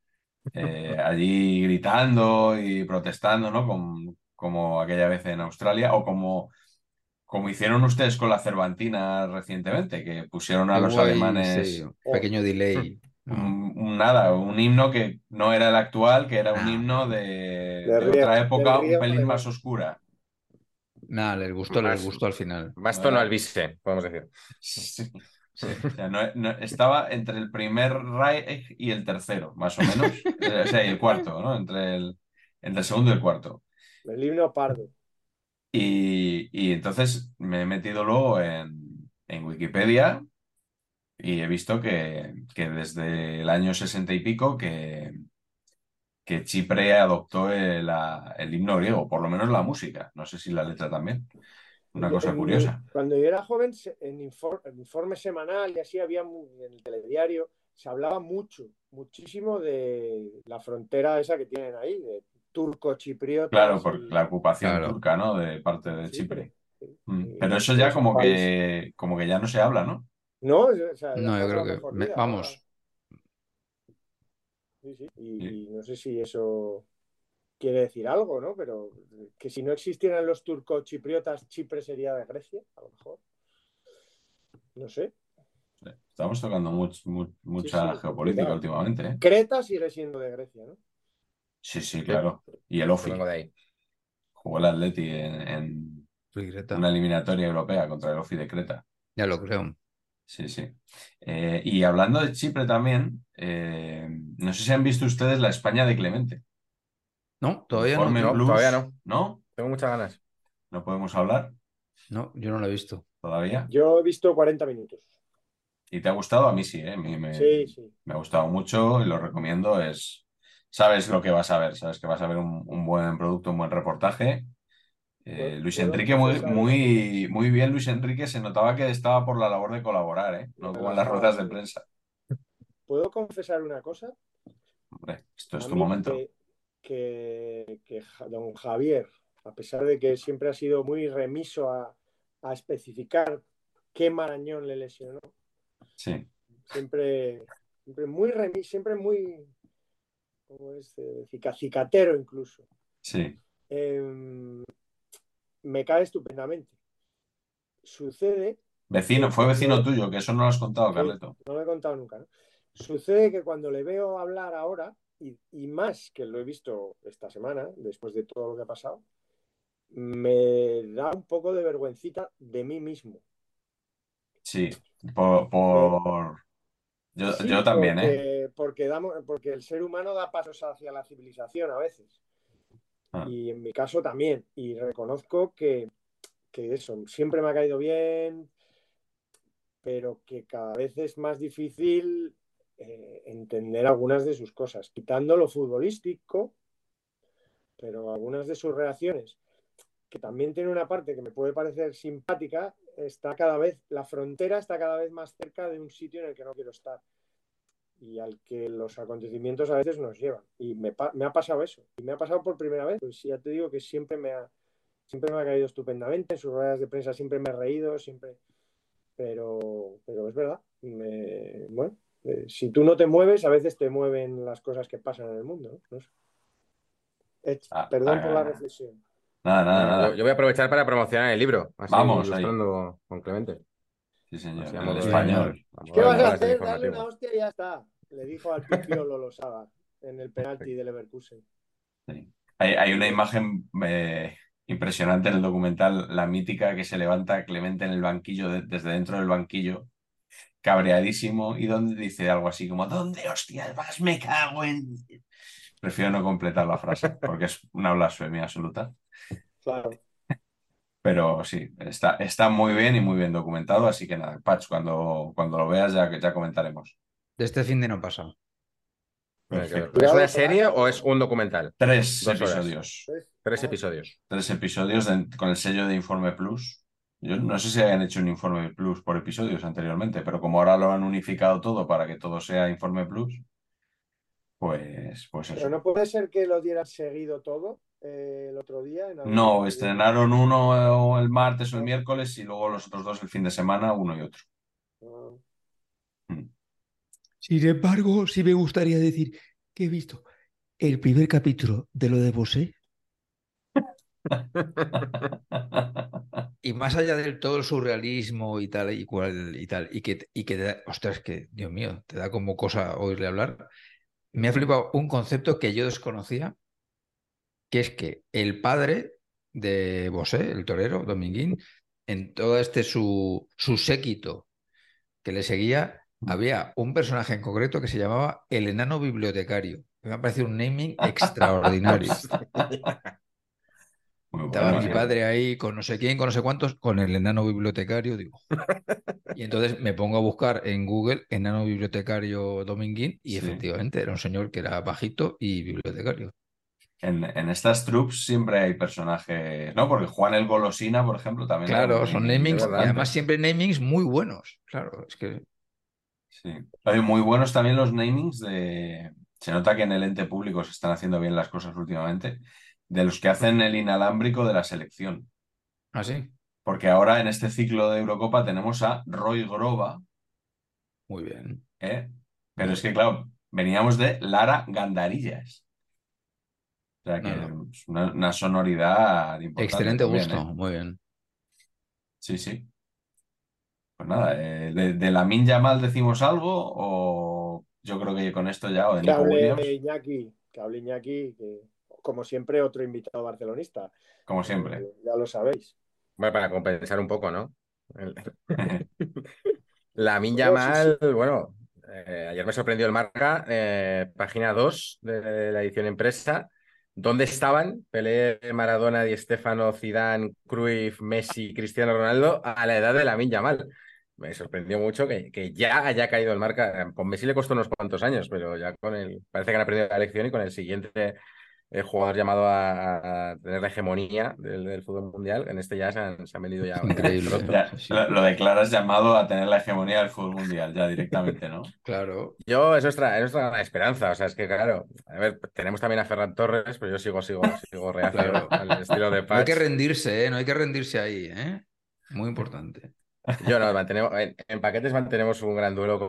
allí gritando y protestando, ¿no? Como aquella vez en Australia, o como hicieron ustedes con la Cervantina recientemente, que pusieron a los alemanes sí, un pequeño delay. un himno que no era el actual, que era un himno de otra época, un pelín más oscura. Nada, les gustó al final. Más tono al bise, podemos decir. Sí. O sea, estaba entre el primer Reich y el tercero, más o menos. O sea, y el cuarto, ¿no? Entre el segundo y el cuarto. El himno pardo. Y entonces me he metido luego en Wikipedia y he visto que desde el año 60 y pico que Chipre adoptó el himno griego, por lo menos la música, no sé si la letra también. Una cosa curiosa. Cuando yo era joven, en informe semanal y así en el telediario, se hablaba muchísimo de la frontera esa que tienen ahí, de turco-chipriota. Claro, por la ocupación turca, ¿no? De parte de Chipre. Pero eso ya como que ya no se habla, ¿no? No, o sea, no, yo creo que vamos. Sí. Y no sé si eso quiere decir algo, ¿no? Pero que si no existieran los turco-chipriotas, Chipre sería de Grecia, a lo mejor. No sé. Estamos tocando mucha geopolítica últimamente, ¿eh? Creta sigue siendo de Grecia, ¿no? Sí, claro. Y el OFI. Jugó el Atleti en una eliminatoria europea contra el OFI de Creta. Ya lo creo. Sí. Y hablando de Chipre también, no sé si han visto ustedes la España de Clemente. No, todavía no. Todavía no. ¿No? Tengo muchas ganas. ¿No podemos hablar? No, yo no lo he visto. ¿Todavía? Yo he visto 40 minutos. ¿Y te ha gustado? A mí sí, ¿eh? Sí. Me ha gustado mucho y lo recomiendo. Sabes lo que vas a ver, sabes que vas a ver un buen producto, un buen reportaje. Luis Enrique, muy bien. Luis Enrique se notaba que estaba por la labor de colaborar, ¿eh? No como en las ruedas de prensa. ¿Puedo confesar una cosa? Hombre, esto es tu momento. Que don Javier, a pesar de que siempre ha sido muy remiso a especificar qué marañón le lesionó, sí. siempre muy remiso, siempre muy, ¿cómo es? Cicatero incluso. Sí. Me cae estupendamente. Sucede... Fue vecino tuyo, que eso no lo has contado, Carleto. No lo he contado nunca, ¿no? Sucede que cuando le veo hablar ahora, y más que lo he visto esta semana, después de todo lo que ha pasado, me da un poco de vergüencita de mí mismo. Sí, yo también, porque el ser humano da pasos hacia la civilización a veces. Y en mi caso también. Y reconozco que eso siempre me ha caído bien, pero que cada vez es más difícil entender algunas de sus cosas, quitando lo futbolístico, pero algunas de sus reacciones, que también tiene una parte que me puede parecer simpática, la frontera está cada vez más cerca de un sitio en el que no quiero estar y al que los acontecimientos a veces nos llevan. Y me ha pasado eso. Y me ha pasado por primera vez. Pues ya te digo que siempre me ha caído estupendamente. En sus ruedas de prensa siempre me he reído, siempre. Pero es verdad. Si tú no te mueves, a veces te mueven las cosas que pasan en el mundo, ¿no? No sé. Perdón por la reflexión. Nada. Yo voy a aprovechar para promocionar el libro. Así vamos ilustrando con Clemente. Sí, señor. En español. ¿Qué vas a hacer? Darle una hostia y ya está. Le dijo al Pipiolo Losada en el penalti de Leverkusen. Sí. Hay una imagen impresionante en el documental, la mítica que se levanta Clemente en el banquillo, desde dentro del banquillo, cabreadísimo, y donde dice algo así como ¿dónde hostias vas? Me cago en... Prefiero no completar la frase porque es una blasfemia absoluta. Claro. Pero sí, está muy bien y muy bien documentado, así que nada, Patch, cuando lo veas ya comentaremos. De este fin de no pasa. Hay que verlo. Perfecto. ¿Es una Cuidado, serie Frank, o es un documental? 3 2 horas. episodios. 3 episodios. 3 episodios con el sello de Informe Plus. Yo no sé si hayan hecho un Informe Plus por episodios anteriormente, pero como ahora lo han unificado todo para que todo sea Informe Plus, pues Pero eso. no puede ser que lo dieran seguido todo el otro día. No, estrenaron uno el martes o el No. miércoles y luego los otros 2 el fin de semana, uno y otro. No. Mm. Sin embargo, sí me gustaría decir que he visto el primer capítulo de lo de Bosé y más allá del todo el surrealismo y tal y cual y tal, y que te da, ostras, que Dios mío, te da como cosa oírle hablar. Me ha flipado un concepto que yo desconocía, que es que el padre de Bosé, el torero, Dominguín, en todo su séquito que le seguía, había un personaje en concreto que se llamaba el enano bibliotecario. Me ha parecido un naming extraordinario. Muy Estaba bueno, mi padre ahí con no sé quién, con no sé cuántos, con el enano bibliotecario, digo. Y entonces me pongo a buscar en Google enano bibliotecario Dominguín y Sí. efectivamente era un señor que era bajito y bibliotecario. En estas troops siempre hay personajes, ¿no? Porque Juan el Golosina, por ejemplo, también era un Claro, son naming namings y verdad. además importante. siempre namings muy buenos. Claro, es que Sí. Oye, muy buenos también los namings de... Se nota que en el ente público se están haciendo bien las cosas últimamente, de los que hacen el inalámbrico de la selección. así, Porque ahora en este ciclo de Eurocopa tenemos a Roy Groba, muy bien. ¿eh? Pero Muy es que, bien. claro, veníamos de Lara Gandarillas. O sea que No, no. es una sonoridad importante Excelente también, gusto, ¿eh? muy bien. Sí, sí. Pues nada, de Lamine Yamal decimos algo o yo creo que con esto ya, o de Que Nico hable Williams, Iñaki, que como siempre otro invitado barcelonista. como siempre. Ya lo sabéis. Bueno, para compensar un poco, ¿no? El- Lamine No, sí, sí. Yamal, bueno, ayer me sorprendió el Marca, página 2 de la edición impresa. ¿Dónde estaban Pelé, Maradona, Di Stéfano, Zidane, Cruyff, Messi, Cristiano Ronaldo a la edad de Lamine Yamal? Me sorprendió mucho que ya haya caído el Marca. Con Messi le costó unos cuantos años, pero ya parece que han aprendido la lección y con el siguiente jugador llamado a tener la hegemonía del fútbol mundial, en este ya se han venido ya Increíble, pronto. Ya, sí, sí. lo declaras llamado a tener la hegemonía del fútbol mundial, ya directamente, ¿no? Claro. Yo, es nuestra esperanza. O sea, es que, claro, a ver, tenemos también a Ferran Torres, pero yo sigo reacio Claro. al estilo de No hay que Patch. rendirse, ¿eh? No hay que rendirse ahí, ¿eh? Muy importante. Yo no, en paquetes mantenemos un gran duelo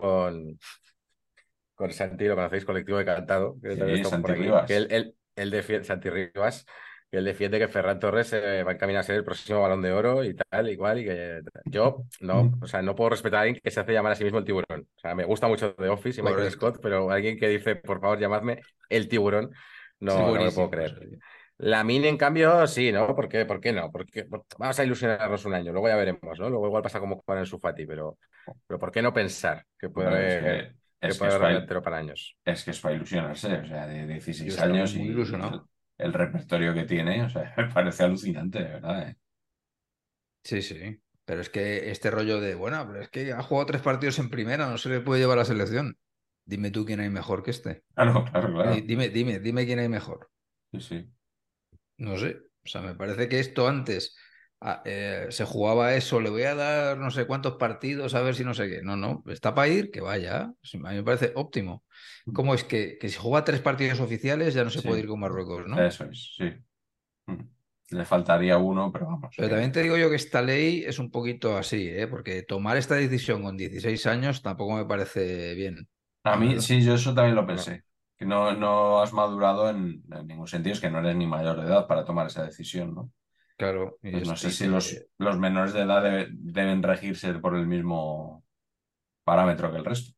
con Santi, lo conocéis, Colectivo de Cantado, que también Sí, está por Santi aquí, que Rivas. él defiende, Santi Rivas, que él defiende que Ferran Torres va a encaminar a ser el próximo Balón de Oro y tal, igual, y que yo no, o sea, no puedo respetar a alguien que se hace llamar a sí mismo el tiburón. O sea, me gusta mucho The Office y Michael Correcto. Scott, pero alguien que dice, por favor, llamadme el tiburón, Es no me lo puedo buenísimo eso. creer. Lamine, en cambio, sí, ¿no? ¿Por qué no? Porque vamos a ilusionarnos un año, luego ya veremos, ¿no? Luego igual pasa como con el Fati, pero ¿por qué no pensar que puede Hombre, haber, que puede haber delantero para años? es que es para ilusionarse, o sea, de Yo 16 estoy años muy y ilusionado. el repertorio que tiene, o sea, me parece alucinante, de verdad, ¿eh? Sí, sí. Pero es que este rollo de, bueno, pero es que ha jugado 3 partidos en primera, no se le puede llevar a la selección. Dime tú quién hay mejor que este. Claro, claro, claro. Dime quién hay mejor. Sí, sí. No sé. O sea, me parece que esto antes se jugaba eso, le voy a dar no sé cuántos partidos a ver si no sé qué. No, no, está para ir, que vaya. Sí, a mí me parece óptimo. ¿Cómo es que si juega 3 partidos oficiales ya no se puede Sí, ir con Marruecos, ¿no? eso es, sí. Mm. Le faltaría uno, pero vamos. Pero también te digo yo que esta ley es un poquito así, ¿eh? Porque tomar esta decisión con 16 años tampoco me parece bien, A la mí, verdad. sí, yo eso también lo No. pensé. Que no has madurado en ningún sentido, es que no eres ni mayor de edad para tomar esa decisión, ¿no? Claro, Pues no sé si los menores de edad deben regirse por el mismo parámetro que el resto.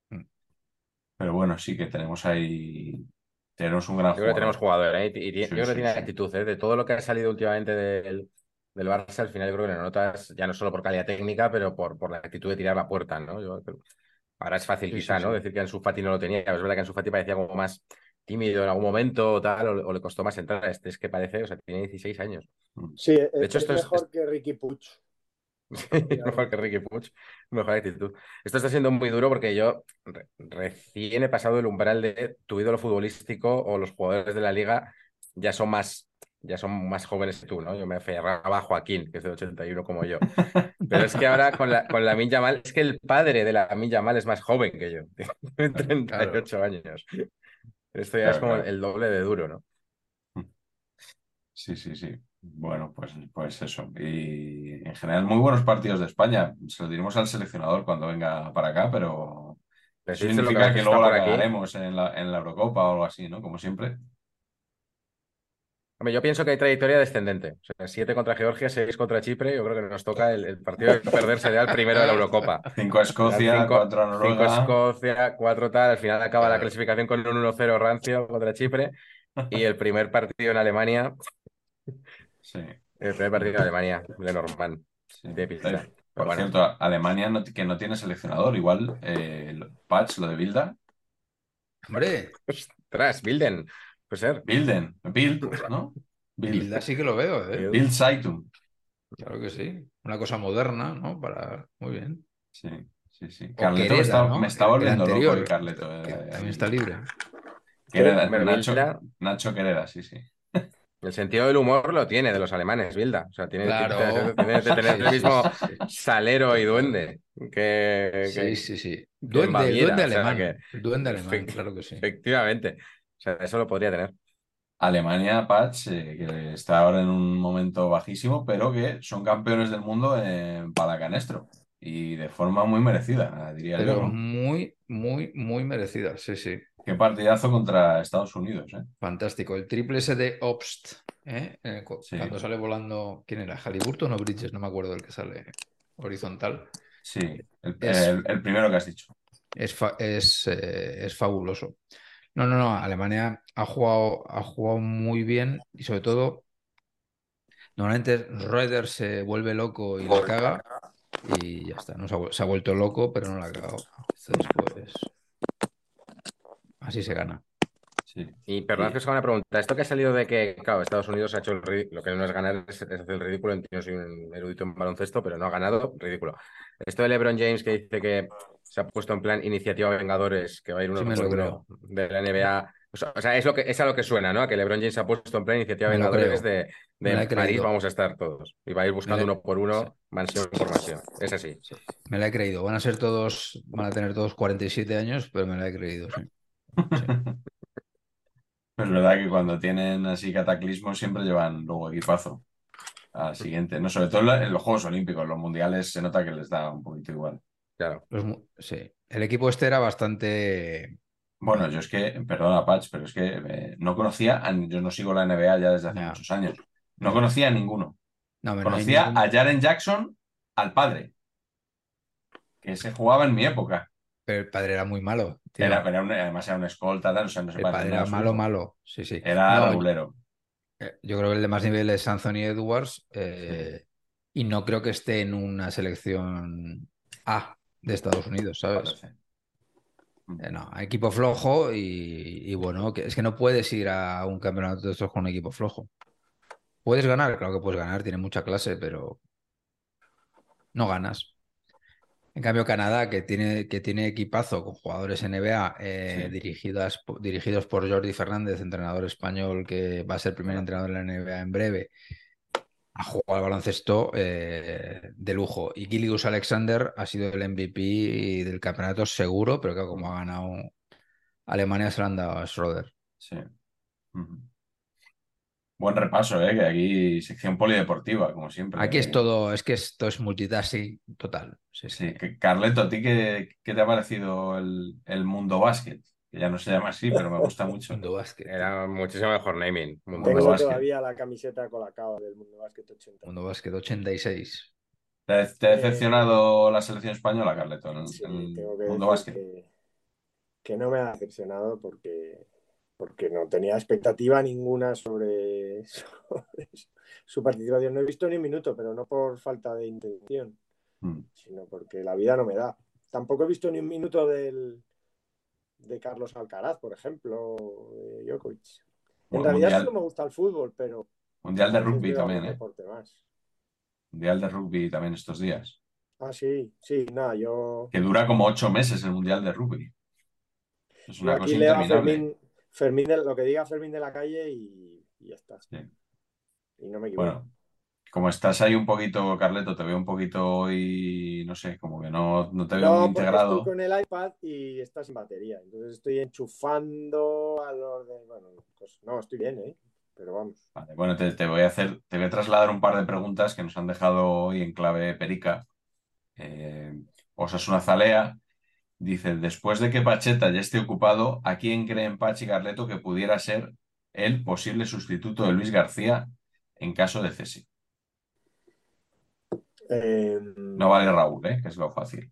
Pero bueno, sí que tenemos un gran Yo creo que tenemos jugador. jugador, ¿eh? Yo Sí, creo que sí, tiene sí. actitud, ¿eh? De todo lo que ha salido últimamente del Barça, al final yo creo que lo notas ya no solo por calidad técnica, pero por la actitud de tirar la puerta, ¿no? Ahora es fácil Sí, sí, quizá, ¿no? sí. Decir que Ansu Fati no lo tenía. Es verdad que Ansu Fati parecía como más tímido en algún momento o tal, o le costó más entrar. Este es que parece, o sea, tiene 16 años. Sí, De hecho, es esto mejor que Ricky Puig. es mejor que Ricky Puig, mejor actitud. Esto está siendo muy duro porque yo recién he pasado el umbral de tu ídolo futbolístico o los jugadores de la liga ya son más jóvenes que tú, ¿no? Yo me aferraba a Joaquín, que es del 81 como yo. Pero es que ahora con Lamine Yamal, es que el padre de Lamine Yamal es más joven que yo, tiene Claro. 38 años. Esto ya es Claro, como claro. el doble de duro, ¿no? Sí, sí, sí. Bueno, pues eso. Y en general, muy buenos partidos de España. Se lo diremos al seleccionador cuando venga para acá, pero eso Decírselo que a significa que veces luego está por la aquí. cagaremos en la Eurocopa o algo así, ¿no? Como siempre. Hombre, yo pienso que hay trayectoria descendente. O sea, 7 contra Georgia, 6 contra Chipre. Yo creo que nos toca el partido de perder sería el primero de la Eurocopa. 5 a Serán Escocia, 5 4 a 5 Noruega. Escocia, 4 tal. Al final acaba la Claro. clasificación con un 1-0 rancio contra Chipre. Y el primer partido en Alemania, Sí, el primer partido en Alemania, Lenormand, sí. de pista. Pero Por bueno, cierto, Alemania que no tiene seleccionador. Igual, Patch, lo de Bilda. Hombre, ostras, Bilden, puede ser. Bild, ¿no? Bild. Bilda sí que lo veo, ¿eh? Bild. Bild Zeitung. Claro que sí. Una cosa moderna, ¿no? Muy bien. Sí, sí, sí. O Carleto me Quereda, está, me ¿no? está El volviendo loco anterior, el Carleto. que también está Ahí. libre. Quereda, Pero Bilda, Nacho Quereda, sí, sí. el sentido del humor lo tiene de los alemanes, Bilda. O sea, tiene pinta Claro. de tener Sí, el sí, mismo sí, sí. salero y Total. duende que, Sí, que, sí, sí. que en El Baviera. duende O sea, alemán. El duende alemán, claro que sí. efectivamente. O sea, eso lo podría tener. Alemania, Patch, que está ahora en un momento bajísimo, pero que son campeones del mundo en palacanestro. Y de forma muy merecida, diría yo, Pero ¿no? muy, muy, muy merecida. Sí, sí. Qué partidazo contra Estados Unidos, ¿eh? Fantástico. El triple ese de Obst, ¿eh? Sí, Cuando sale volando, ¿quién era? ¿Halliburton o Bridges? No me acuerdo el que sale horizontal. sí. El, Es, el- el primero que has dicho. es fabuloso. No, no, no. Alemania ha jugado muy bien y sobre todo, normalmente Roeder se vuelve loco y la caga y ya está. No se ha vuelto loco, pero no la ha cagado. Entonces, pues, así se gana. Sí. Y perdón que Y, os haga una pregunta. Esto que ha salido de que, claro, Estados Unidos ha hecho lo que no es ganar, es hacer el ridículo. Yo no soy un erudito en baloncesto, pero no ha ganado, ridículo. Esto de LeBron James que dice que se ha puesto en plan iniciativa Vengadores, que va a ir Sí uno me por lo uno creo. de la NBA. O sea, es a lo que suena, ¿no? A que LeBron James se ha puesto en plan iniciativa Me lo Vengadores creo. Me de la en he París creído. vamos a estar todos. Y va a ir Me buscando la- uno por sí, uno, mansión por mansión. Es así. sí. Me la he creído. Van a tener todos 47 años, pero me la he creído, sí. Sí. es verdad que cuando tienen así cataclismos siempre llevan luego equipazo al siguiente, ¿no? Sobre todo en los Juegos Olímpicos, los mundiales se nota que les da un poquito igual. Claro. Sí. El equipo este era bastante. Bueno, yo es que, perdona, Patch, pero es que no conocía, yo no sigo la NBA ya desde hace Ya, muchos años, no ya. conocía a ninguno. No, hombre, no hay Conocía ningún. a Jaren Jackson, al padre, que se jugaba en mi época. Pero el padre era muy malo, Era, tío. pero además era un escolta, tal, o sea, no se El parece padre nada era a su malo, hijo. malo. Sí, sí. Era No, regulero. yo creo que el de más nivel es Anthony Edwards. Sí, Y no creo que esté en una selección A de Estados Unidos, ¿sabes? parece. No, equipo flojo y bueno, es que no puedes ir a un campeonato de estos con un equipo flojo. Puedes ganar, claro que puedes ganar, tiene mucha clase, pero no ganas. En cambio, Canadá, que tiene equipazo con jugadores NBA Sí, dirigidos por Jordi Fernández, entrenador español que va a ser primer correcto. entrenador de la NBA en breve, ha jugado al baloncesto de lujo. Y Gilgeous Alexander ha sido el MVP del campeonato seguro, pero que como ha ganado Alemania se lo han dado a Schroeder. Sí. Ujú. Buen repaso, ¿eh? Que aquí sección polideportiva, como Aquí es siempre. todo, es que esto es multitasking total. Sí, sí. Sí, Carleto, ¿a ti qué te ha parecido el mundo básquet? Que ya no se llama así, pero me gusta mucho. Mundo básquet. Era muchísimo mejor naming. Mundo Mundo Tengo básquet. básquet. todavía la camiseta colacao del Mundo Básquet 80. Mundo básquet 86. ¿Te ha Eh, decepcionado la selección española, Carleto, en sí, el tengo que mundo decir básquet? que no me ha decepcionado porque no tenía expectativa ninguna sobre su participación. No he visto ni un minuto, pero no por falta de intención, Mm, sino porque la vida no me da. Tampoco he visto ni un minuto de Carlos Alcaraz, por ejemplo, de Djokovic. En Bueno, realidad mundial, sí no me gusta el fútbol, pero mundial de a veces rugby veo también, algún ¿eh? deporte más. Mundial de rugby también estos días. Ah, sí, sí, nada, yo, Que dura como 8 meses el mundial de rugby. Es yo una aquí cosa leo a interminable. Fermín lo que diga Fermín de la Calle y ya está. Sí. Y no me equivoco. Bueno, como estás ahí un poquito, Carleto, te veo un poquito hoy, no sé, como que no te veo muy No, porque estoy integrado. con el iPad y está sin batería. Entonces estoy enchufando al orden. Bueno, pues no, estoy bien, ¿eh? Pero vamos. Vale, bueno, te voy a trasladar un par de preguntas que nos han dejado hoy en clave perica. Eh, Osasuna Zalea dice, después de que Pacheta ya esté ocupado, ¿a quién creen Pachi Carleto que pudiera ser el posible sustituto de Luis García en caso de cese? Eh, No vale Raúl, que es lo fácil.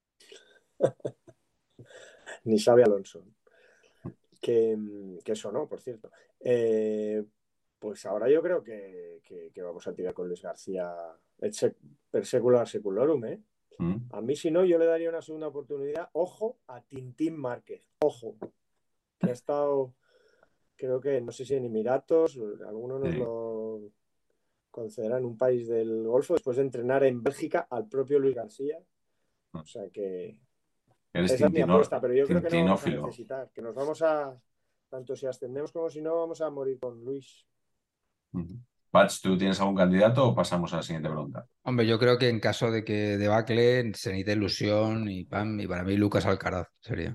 Ni sabe Alonso. Que eso no, por cierto. Pues ahora yo creo que vamos a tirar con Luis García per secular seculorum, ¿eh? ¿Mm? A mí, si no, yo le daría una segunda oportunidad. Ojo a Tintín Márquez. Ojo. Que ha estado, creo que, no sé si en Emiratos, alguno nos Sí. lo concederá en un país del Golfo, después de entrenar en Bélgica al propio Luis García. O sea que Eres esa es mi apuesta, pero yo creo que no vamos a tintinófilo. necesitar, que nos vamos a, tanto si ascendemos como si no, vamos a morir con Luis. Pach, ¿tú tienes algún candidato o pasamos a la siguiente pregunta? Hombre, yo creo que en caso de que debacle se necesita ilusión y pam, y para mí Lucas Alcaraz sería.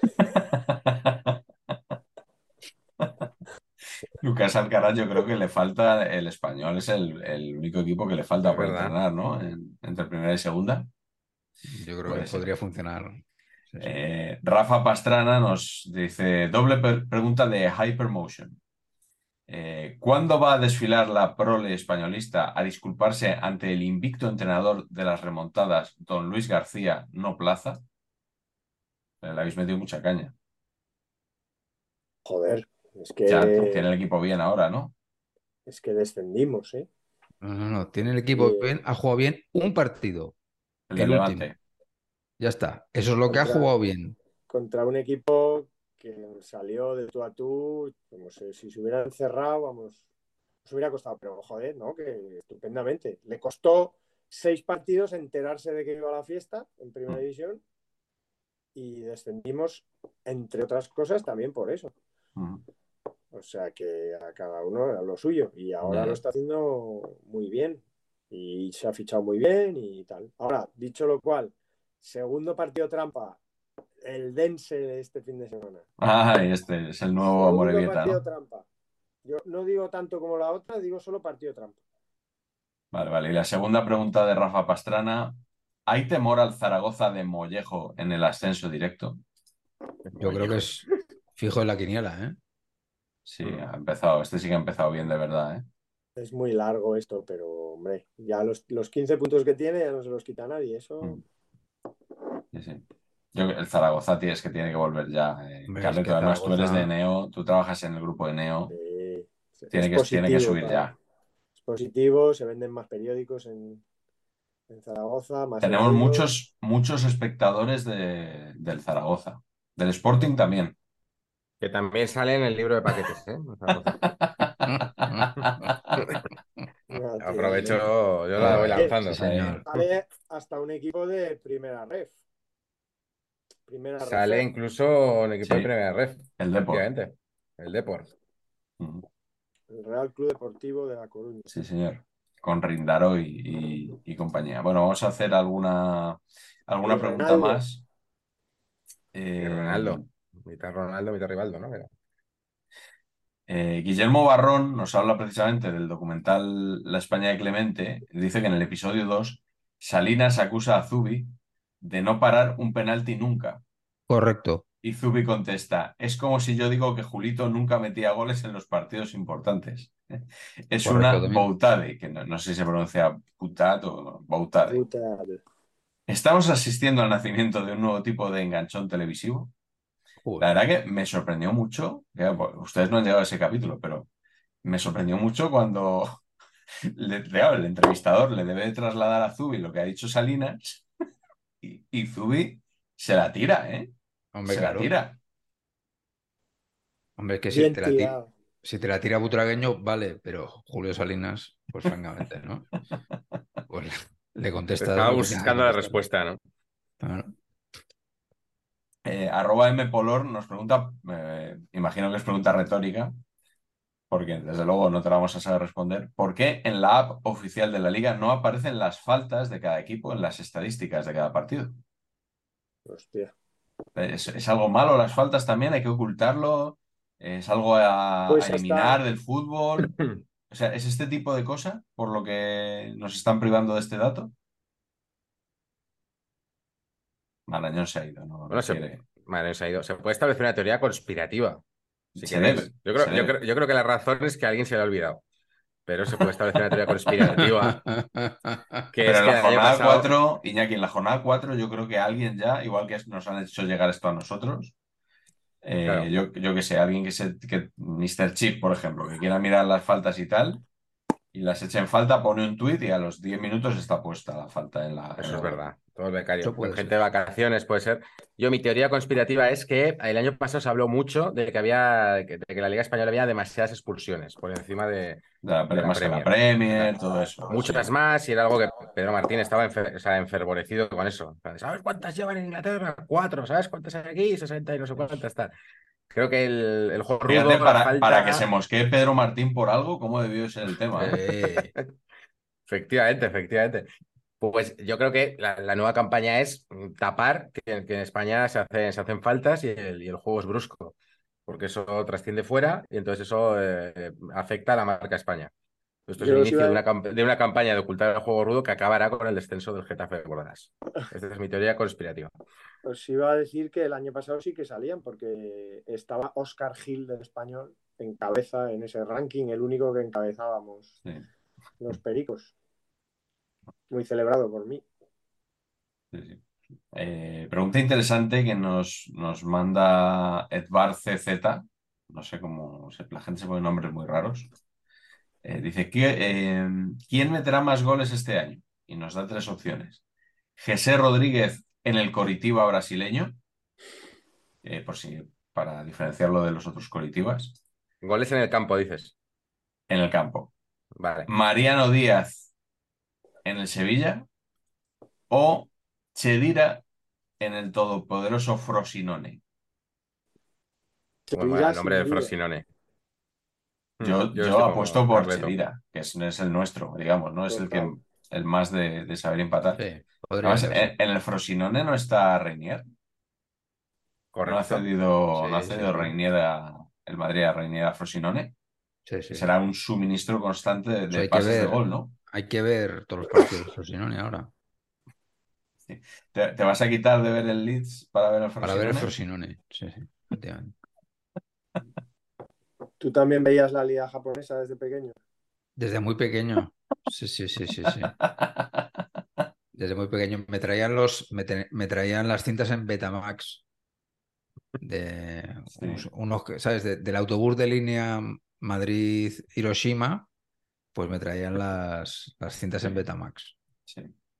Lucas Alcaraz, yo creo que le falta, el Español es el único equipo que le falta Es por verdad. entrenar, ¿no? Entre primera y segunda. Yo creo que Puede ser. podría funcionar. Sí, sí. Rafa Pastrana nos dice, doble pregunta de Hypermotion. ¿Cuándo va a desfilar la prole españolista a disculparse ante el invicto entrenador de las remontadas, don Luis García, no Plaza? Le habéis metido mucha caña. Joder, Ya tiene el equipo bien ahora, ¿no? es que descendimos, ¿eh? No. Tiene el Y, equipo bien, ha jugado bien un partido, El de el último. Levante. Ya está. Eso es lo que ha jugado bien. contra un equipo que salió de tú a tú, como si se hubiera encerrado, vamos, nos hubiera costado, pero joder, ¿no? Que estupendamente. Le costó 6 partidos enterarse de que iba a la fiesta en primera división y descendimos, entre otras cosas, también por eso. O sea que a cada uno a lo suyo y ahora lo está haciendo muy bien y se ha fichado muy bien y tal. Ahora, dicho lo cual, segundo partido trampa, el Dense de este fin de semana. Este es el nuevo Segundo Amorebieta, partido ¿no? trampa. Yo no digo tanto como la otra, digo solo partido trampa. Vale. Y la segunda pregunta de Rafa Pastrana. ¿Hay temor al Zaragoza de Mollejo en el ascenso directo? Yo creo que es fijo en la quiniela, ¿eh? Sí, ha empezado. Este sí que ha empezado bien, de verdad, ¿eh? Es muy largo esto, pero hombre, ya los 15 puntos que tiene ya no se los quita nadie. Eso. Sí. El Zaragoza es que tiene que volver ya. Hombre, es Carleto, que además tú eres de Zaragoza. Neo, tú trabajas en el grupo de Neo. Es Tiene que positivo, subir ya. es positivo, se venden más periódicos en Zaragoza, más Tenemos leídos. muchos espectadores del Zaragoza. Del Sporting también. Que también sale en el libro de paquetes, ¿eh? Aprovecho, yo la voy lanzando. Sí, señor. Sale hasta un equipo de primera ref. Sale incluso un equipo de primera ref. El Depor. Efectivamente. El Depor. El Real Club Deportivo de La Coruña. Sí, señor. Con Rindaro y compañía. Bueno, vamos a hacer alguna pregunta Ronaldo. más. Y Ronaldo. Mitad Ronaldo, mitad Rivaldo, ¿no? Guillermo Barrón nos habla precisamente del documental La España de Clemente. Dice que en el episodio 2 Salinas acusa a Zubi de no parar un penalti nunca. Correcto. Y Zubi contesta, es como si yo digo que Julito nunca metía goles en los partidos importantes. Es Correcto, una también. boutade, que no sé si se pronuncia putat o boutade. Estamos asistiendo al nacimiento de un nuevo tipo de enganchón televisivo. La verdad que me sorprendió mucho, ustedes no han llegado a ese capítulo, pero me sorprendió mucho cuando el entrevistador le debe de trasladar a Zubi lo que ha dicho Salinas y Zubi se la tira, ¿eh? Hombre, Se claro. la tira. Hombre, es que Bien tirado. si te la tira Butragueño, vale, pero Julio Salinas, pues francamente, ¿no? Pues le contestas Estaba lo que tenga que buscando la contestar. respuesta, ¿no? Claro. @mpolor nos pregunta, imagino que es pregunta retórica, porque desde luego no te la vamos a saber responder. ¿Por qué en la app oficial de la liga no aparecen las faltas de cada equipo en las estadísticas de cada partido? Hostia. ¿Es algo malo las faltas también? ¿Hay que ocultarlo? ¿Es algo a Pues eliminar del fútbol? O sea, ¿es este tipo de cosa por lo que nos están privando de este dato? Marañón se ha ido, no quiere. Vale, se ha ido. Se puede establecer una teoría conspirativa, si Se debe, queréis. Yo se creo, debe. yo creo que la razón es que a alguien se le ha olvidado. Pero se puede establecer una teoría conspirativa, que Pero es en que la el año jornada pasado. 4, Iñaki, en la jornada 4 yo creo que alguien ya, igual que nos han hecho llegar esto a nosotros, Claro, yo que sé, alguien que Mr. Chip, por ejemplo, que quiera mirar las faltas y tal, y las echa en falta, pone un tuit y a los 10 minutos está puesta la falta en eso la es web. verdad. Todo el becario. Eso puede Gente ser. de vacaciones puede ser. Yo, mi teoría conspirativa es que el año pasado se habló mucho de que de que la Liga Española había demasiadas expulsiones por encima de la Más que la Premier. Premier, todo eso. Sí. Muchas más, y era algo que Pedro Martín estaba o sea, enfervorecido con eso. En plan, ¿sabes cuántas llevan en Inglaterra? 4, ¿sabes cuántas hay aquí? 60 y no sé cuántas tal. Creo que el juego Fíjate, rudo, la para que se falta. mosquee Pedro Martín por algo, ¿cómo debió ser el tema, eh? Efectivamente, efectivamente. Pues yo creo que la nueva campaña es tapar que en España se hacen faltas y el juego es brusco, porque eso trasciende fuera y entonces eso afecta a la marca España. Esto es el Yo os inicio iba, de una campaña de ocultar el juego rudo que acabará con el descenso del Getafe de Bordas. Esta es mi teoría conspirativa. os iba a decir que el año pasado sí que salían, porque estaba Oscar Gil del Español en cabeza en ese ranking, el único que encabezábamos Sí, los pericos. Muy celebrado por mí. sí, sí. Pregunta interesante que nos manda Edvar CZ. No sé cómo, la gente se pone nombres muy raros. Dice, ¿quién meterá más goles este año? Y nos da 3 opciones. José Rodríguez en el Coritiba brasileño, para diferenciarlo de los otros Coritiba's, Goles en el campo, dices. en el campo. Vale. Mariano Díaz en el Sevilla o Chedira en el todopoderoso Frosinone. Muy mal Sevilla el nombre sin de duda. Frosinone. Yo Yo estoy apuesto como por Carleto. Chedira, que es el nuestro, digamos, ¿no? Es Total. el más de saber empatar. Sí, podría Además, ser, sí. en el Frosinone no está Reinier. No ha Correcto. cedido, no ha Sí, sí, cedido sí. el Madrid a Reinier a Frosinone. Sí, Que sí. será un suministro constante Eso de pases de gol, ¿no? hay que ver todos los partidos de Frosinone ahora. Sí. ¿Te vas a quitar de ver el Leeds para ver el Para ver el Frosinone? Frosinone. Sí, sí, efectivamente. ¿Tú también veías la liga japonesa desde pequeño? Desde muy pequeño. Sí, sí, sí, sí, sí. Desde muy pequeño. Me traían las cintas en Betamax. De Sí, ¿sabes? Del autobús de línea Madrid-Hiroshima, pues me traían las cintas en sí, Betamax. sí.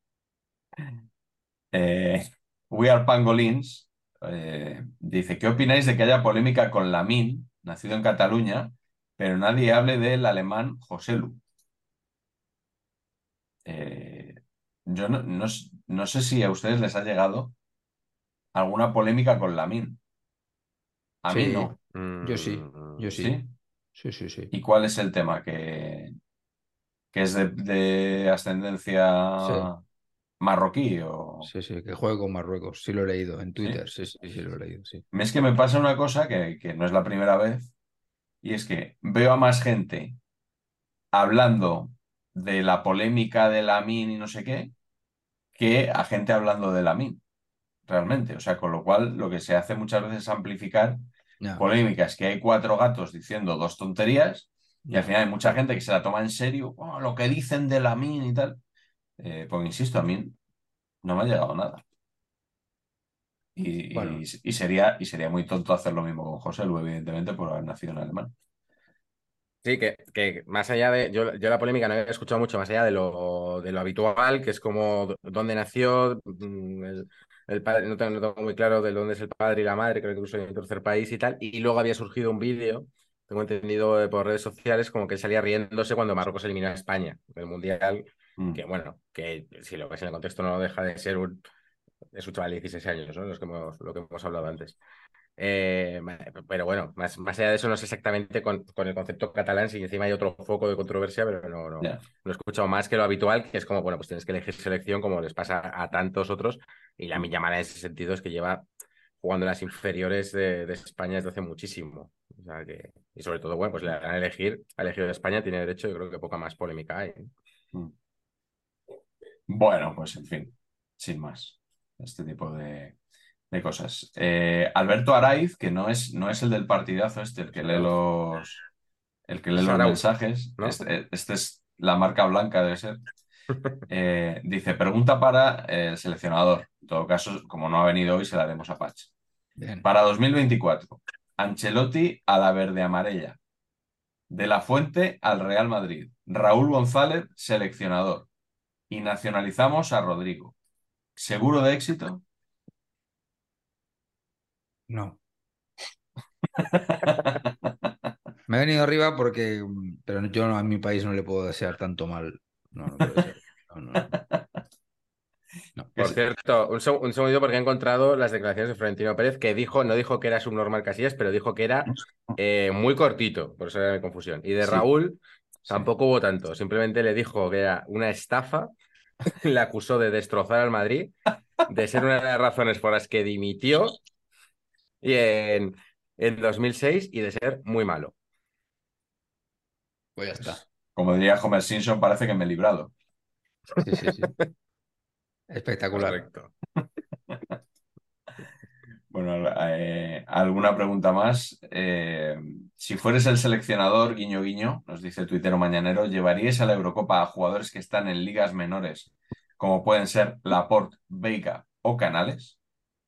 We Are Pangolins dice, ¿qué opináis de que haya polémica con Lamine, nacido en Cataluña, pero nadie hable del alemán Joselu? Yo no sé si a ustedes les ha llegado alguna polémica con Lamine. A mí Sí, no. yo sí, yo sí. ¿Sí? Sí, sí, sí. ¿Y cuál es el tema? ¿Que es de Sí, ascendencia marroquí o...? sí, sí, que juegue con Marruecos. Sí lo he leído en ¿Sí? Twitter. Sí, sí, sí lo he leído, sí. Es que me pasa una cosa que no es la primera vez, y es que veo a más gente hablando de la polémica de Lamine y no sé qué, que a gente hablando de Lamine, realmente. O sea, con lo cual lo que se hace muchas veces es amplificar Ya, polémicas, que hay 4 gatos diciendo 2 tonterías, y al ya. final hay mucha gente que se la toma en serio, "Oh, lo que dicen de Lamine y tal". Porque insisto, a mí no me ha llegado nada. Bueno, Y sería muy tonto hacer lo mismo con José Lu, evidentemente, por haber nacido en Alemania. Sí, que más allá de. Yo la polémica no había escuchado mucho, más allá de lo habitual, que es como dónde nació, el padre, no tengo muy claro de dónde es el padre y la madre, creo que incluso en el tercer país y tal. Y luego había surgido un vídeo, tengo entendido por redes sociales, como que él salía riéndose cuando Marruecos eliminó a España del Mundial, que bueno, que si lo ves en el contexto no deja de ser es un chaval de 16 años, ¿no? Lo que hemos hablado antes. Eh, pero bueno, más allá de eso, no sé exactamente con el concepto catalán si encima hay otro foco de controversia, pero no Ya. he escuchado más que lo habitual, que es como, bueno, pues tienes que elegir selección como les pasa a tantos otros. Y la Yamal en ese sentido es que lleva jugando en las inferiores de España desde hace muchísimo. O sea que, y sobre todo, bueno, pues le harán elegir, ha elegido de España, tiene derecho, yo creo que poca más polémica hay. Mm. Bueno, pues en fin, sin más. Este tipo de cosas. Alberto Araiz, que no es el del partidazo este, el que lee Es los Arauz, mensajes. ¿no? Este es la marca blanca, debe ser. Dice, pregunta para el seleccionador. En todo caso, como no ha venido hoy, se la haremos a Patch. Bien. Para 2024, Ancelotti a la verde amarella. De la Fuente al Real Madrid. Raúl González, seleccionador. Y nacionalizamos a Rodrigo. ¿Seguro de éxito? No. Me he venido arriba porque, pero yo a mi país no le puedo desear tanto mal. No, no puede ser. No, no, no. No. Por cierto, un segundito porque he encontrado las declaraciones de Florentino Pérez que dijo, no dijo que era subnormal Casillas, pero dijo que era muy cortito, por eso era mi confusión. Y de Sí, Raúl sí. tampoco hubo tanto, simplemente le dijo que era una estafa, le acusó de destrozar al Madrid, de ser una de las razones por las que dimitió y en 2006 y de ser muy malo. Pues ya está. Como diría Homer Simpson, parece que me he librado. Sí, sí, sí. Espectacular. Correcto. Bueno, ¿alguna pregunta más? Si fueres el seleccionador, guiño guiño, nos dice el tuitero mañanero, ¿llevaríais a la Eurocopa a jugadores que están en ligas menores, como pueden ser Laporte, Veiga o Canales?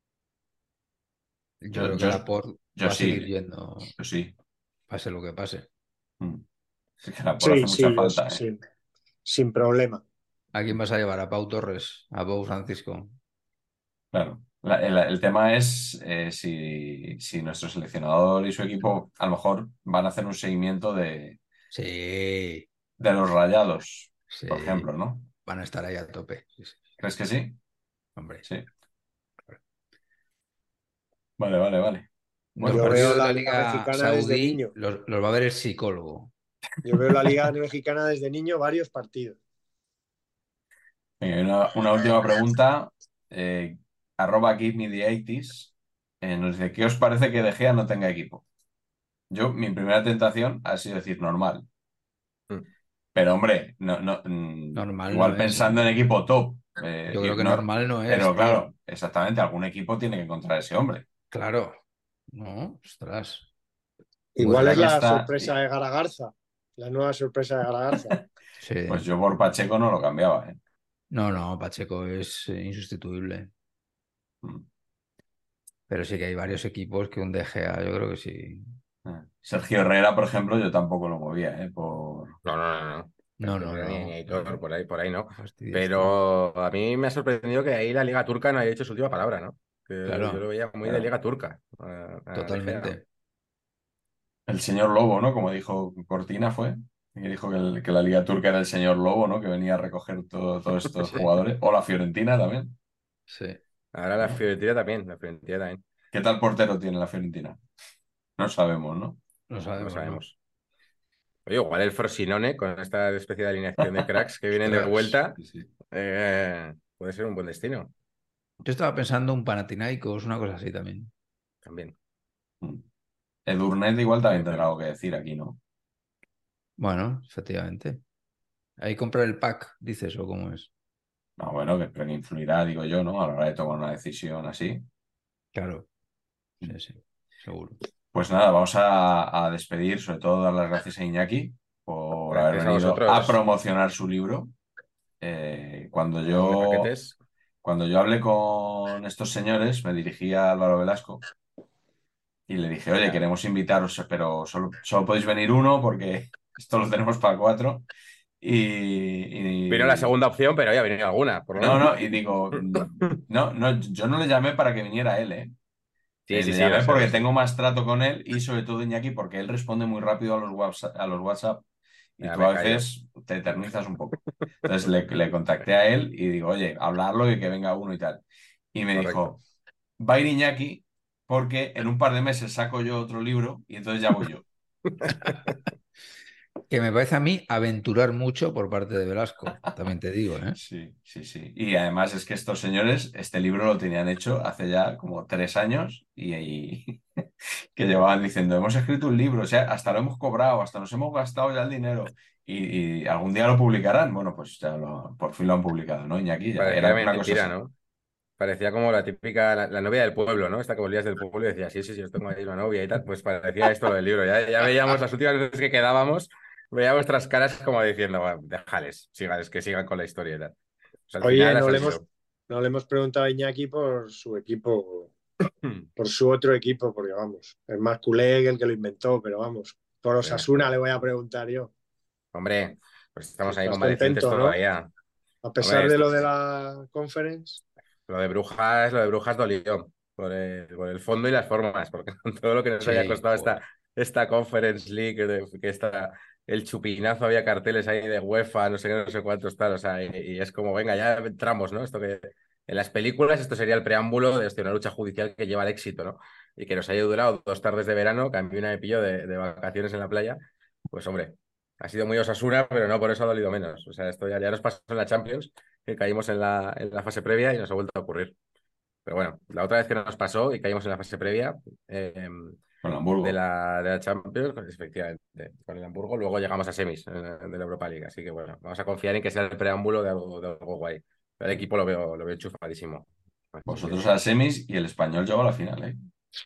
Yo Yo, creo que yo, Laporte yo va a seguir sí, yendo, yo sí. pase lo que pase. Mm. Es que Laporte hace Sí, mucha sí, falta, ¿eh? sin problema. ¿A quién vas a llevar? ¿A Pau Torres? ¿A Pau Francisco? Claro. El tema es si nuestro seleccionador y su equipo a lo mejor van a hacer un seguimiento Sí, de los rayados, por sí. ejemplo, ¿no? Van a estar ahí a tope. Sí, sí. ¿Crees que sí? Hombre. Sí. Vale, vale, vale. Los Bueno, Yo veo partidos de pues la la Liga Liga Mexicana desde Saudí niño. los va a ver el psicólogo. Yo veo la Liga Mexicana desde niño varios partidos. venga, una última pregunta. @GiveMeThe80s nos dice, ¿qué os parece que De Gea no tenga equipo? Mi primera tentación ha sido decir normal. Mm. Pero hombre, Normal no igual es, pensando ¿eh? en equipo top. Yo creo que No, normal no pero es, tío. claro, exactamente, algún equipo tiene que encontrar ese hombre. Claro. No, ostras. Pues Igual ya es que la está, sorpresa de Garagarza, la nueva sorpresa de Garagarza. pues Sí. yo por Pacheco no lo cambiaba, ¿eh? No, no, Pacheco es insustituible. Mm. Pero sí que hay varios equipos que un De Gea, yo creo que sí. Sergio Herrera, por ejemplo, yo tampoco lo movía, ¿eh? No, no, no, no. No, Sergio no, Herrera ni no. Aitor, por ahí no. Fastidies tú. Pero a mí me ha sorprendido que ahí la Liga Turca no haya hecho su última palabra, ¿no? Que yo lo Claro, veía muy de Claro. Liga Turca. De Gea. totalmente. El señor Lobo, ¿no? Como dijo Cortina, fue. Que dijo que la Liga Turca era el señor Lobo, ¿no? Que venía a recoger todos estos Sí, jugadores. O la Fiorentina también, sí. Ahora la ¿no? Fiorentina también, la Fiorentina también. ¿Qué tal portero tiene la Fiorentina? No sabemos, ¿no? No No sabemos, ¿no? sabemos. Oye, igual el Frosinone, con esta especie de alineación de cracks que vienen de Ostras. vuelta, Sí, sí. puede ser un buen destino Yo estaba pensando un Panathinaikos, una cosa así también. también. Mm. Edurnet igual también tendrá Pero algo que decir aquí, ¿no? Bueno, efectivamente. Ahí comprar el pack, dices, o cómo es. No, bueno, que influirá, digo yo, ¿no? A la hora de tomar una decisión así. Claro, sí, sí, seguro. Pues nada, vamos a despedir, sobre todo dar las gracias a Iñaki por haber gracias a venido a vosotros, promocionar su libro. Eh, cuando el de yo, paquetes. cuando yo hablé con estos señores, me dirigí a Álvaro Velasco y le dije, oye, Ya. queremos invitaros, pero solo podéis venir uno porque esto lo tenemos para 4. Vino la segunda opción, pero ya venido alguna. Por lo menos. No, y digo, no, yo no le llamé para que viniera él, ¿eh? Sí, le sí, llamé lo porque sé. tengo más trato con él y sobre todo Iñaki porque él responde muy rápido a los WhatsApp y Ya tú me a callo. veces te eternizas un poco. Entonces le contacté a él y digo, oye, hablarlo y que venga uno y tal. Y me Correcto. dijo, va a ir Iñaki porque en un par de meses saco yo otro libro y entonces ya voy yo. Que me parece a mí aventurar mucho por parte de Velasco, también te digo, ¿eh? Sí, sí, sí. Y además es que estos señores, este libro lo tenían hecho hace ya como 3 años y que llevaban diciendo, hemos escrito un libro, o sea, hasta lo hemos cobrado, hasta nos hemos gastado ya el dinero y algún día lo publicarán. Bueno, pues ya por fin lo han publicado, ¿no, Iñaki? Ya Parecía era una cosa mentira, así. ¿no? Parecía como la típica, la novia del pueblo, ¿no? Esta que volvías del pueblo y decías, sí, yo tengo ahí una novia y tal. Pues parecía esto lo del libro. Ya veíamos las últimas veces que quedábamos, veía vuestras caras como diciendo, bueno, déjales, que sigan con la historia y tal. Pues al Oye, final ha salido. no le hemos preguntado a Iñaki por su equipo, por su otro equipo, porque vamos, es más culé que el que lo inventó, pero vamos, por Osasuna le voy a preguntar yo. Hombre, pues Si estamos ahí estás convalecientes contento, ¿no? todavía. A Hombre, pesar de lo de la conference. lo de Brujas dolió por el fondo y las formas, porque con todo lo que nos había Sí, costado joder. esta Conference League, el chupinazo, había carteles ahí de UEFA, no sé qué, no sé cuántos tal, o sea, y es como, venga, ya entramos, ¿no? Esto que en las películas esto sería el preámbulo de una lucha judicial que lleva al éxito, ¿no? Y que nos haya durado 2 tardes de verano, que a mí una me pilló de vacaciones en la playa, pues hombre, ha sido muy Osasuna, pero no por eso ha dolido menos. O sea, esto ya nos pasó en la Champions, que caímos en la fase previa y nos ha vuelto a ocurrir. Pero bueno, la otra vez que nos pasó y caímos en la fase previa Con de Hamburgo. la Champions, pues, efectivamente, con el Hamburgo, luego llegamos a semis de la Europa League. Así que bueno, vamos a confiar en que sea el preámbulo de algo guay. Pero el equipo lo veo enchufadísimo. Así Vosotros que, a semis y el español llegó a la final, ¿eh?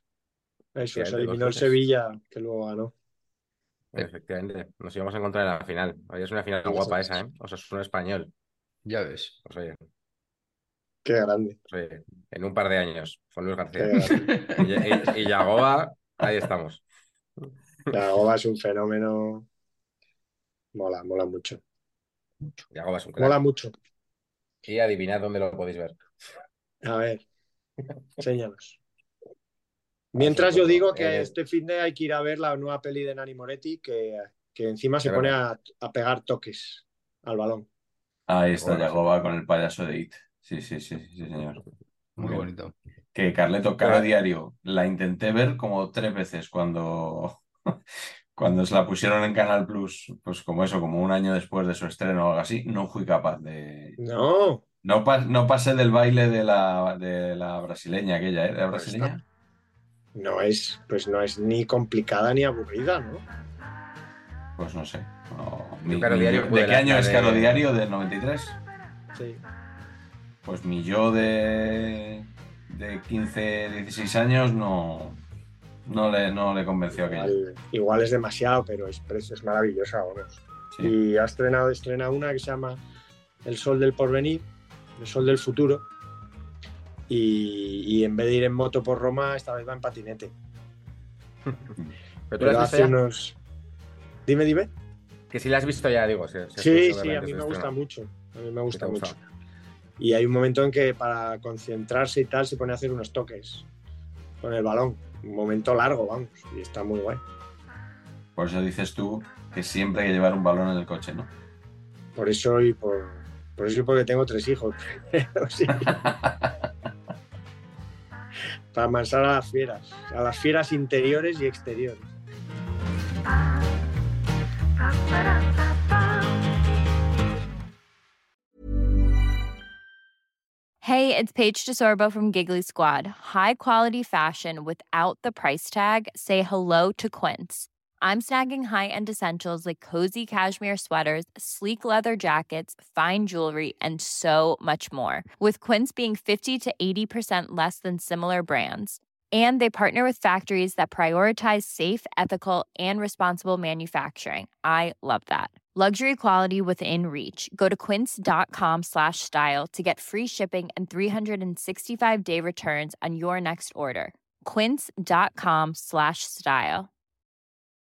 Eso, se efectivamente, 2 eliminó el veces. Sevilla, que luego ganó. Efectivamente, nos íbamos a encontrar en la final. Hoy es una final guapa esa, ¿eh? O sea, es un español. Ya ves. Pues oye, Qué grande, en un par de años, con Luis qué García. grande. Y Yagoba, ahí estamos. La Goba es un fenómeno. Mola mucho. Yagoba es un Mola crack. mucho. Y adivinad dónde lo podéis ver. A ver, enséñanos. A ver si lo Mientras yo encuentro. digo que este fin de hay que ir a ver la nueva peli de Nani Moretti, que encima se Es pone verdad. a pegar toques al balón. Ahí está Yagoba no sé. Yagoba con el payaso de It. Sí, sí, sí, sí, sí, señor. Muy Muy bien. bonito. Que Carleto, Caro Bueno, Diario, la intenté ver como 3 veces cuando, cuando se la pusieron en Canal Plus, pues como eso, como un año después de su estreno o algo así, no fui capaz de... No, No pasé del baile de la brasileña aquella, ¿eh? ¿De la pues está. brasileña? Pues no es ni complicada ni aburrida, ¿no? Pues no sé. No, yo Caro Diario ¿de pude qué año la es Caro de... Diario? ¿Del 93? Sí. Pues mi yo de 15, 16 años no le convenció aquello. Igual es demasiado, pero es maravillosa, vamos. Sí. Y estrena una que se llama El Sol del Porvenir, El Sol del Futuro. Y en vez de ir en moto por Roma, esta vez va en patinete. ¿Pero tú la has visto hace ya? unos. Dime. Que si la has visto ya, digo. Si has Sí, podido verla a antes mí de me gusta estreno. mucho. A mí me ¿Qué te gusta ha mucho. gustado? Y hay un momento en que para concentrarse y tal se pone a hacer unos toques con el balón. Un momento largo, vamos. Y está muy guay. Por eso dices tú que siempre hay que llevar un balón en el coche, ¿no? Por eso y porque tengo 3 hijos. Pero sí. Para amansar a las fieras interiores y exteriores. Hey, it's Paige DeSorbo from Giggly Squad. High quality fashion without the price tag. Say hello to Quince. I'm snagging high-end essentials like cozy cashmere sweaters, sleek leather jackets, fine jewelry, and so much more. With Quince being 50 to 80% less than similar brands. And they partner with factories that prioritize safe, ethical, and responsible manufacturing. I love that. Luxury quality within reach. Go to quince.com/style to get free shipping and 365-day returns on your next order. Quince.com/style.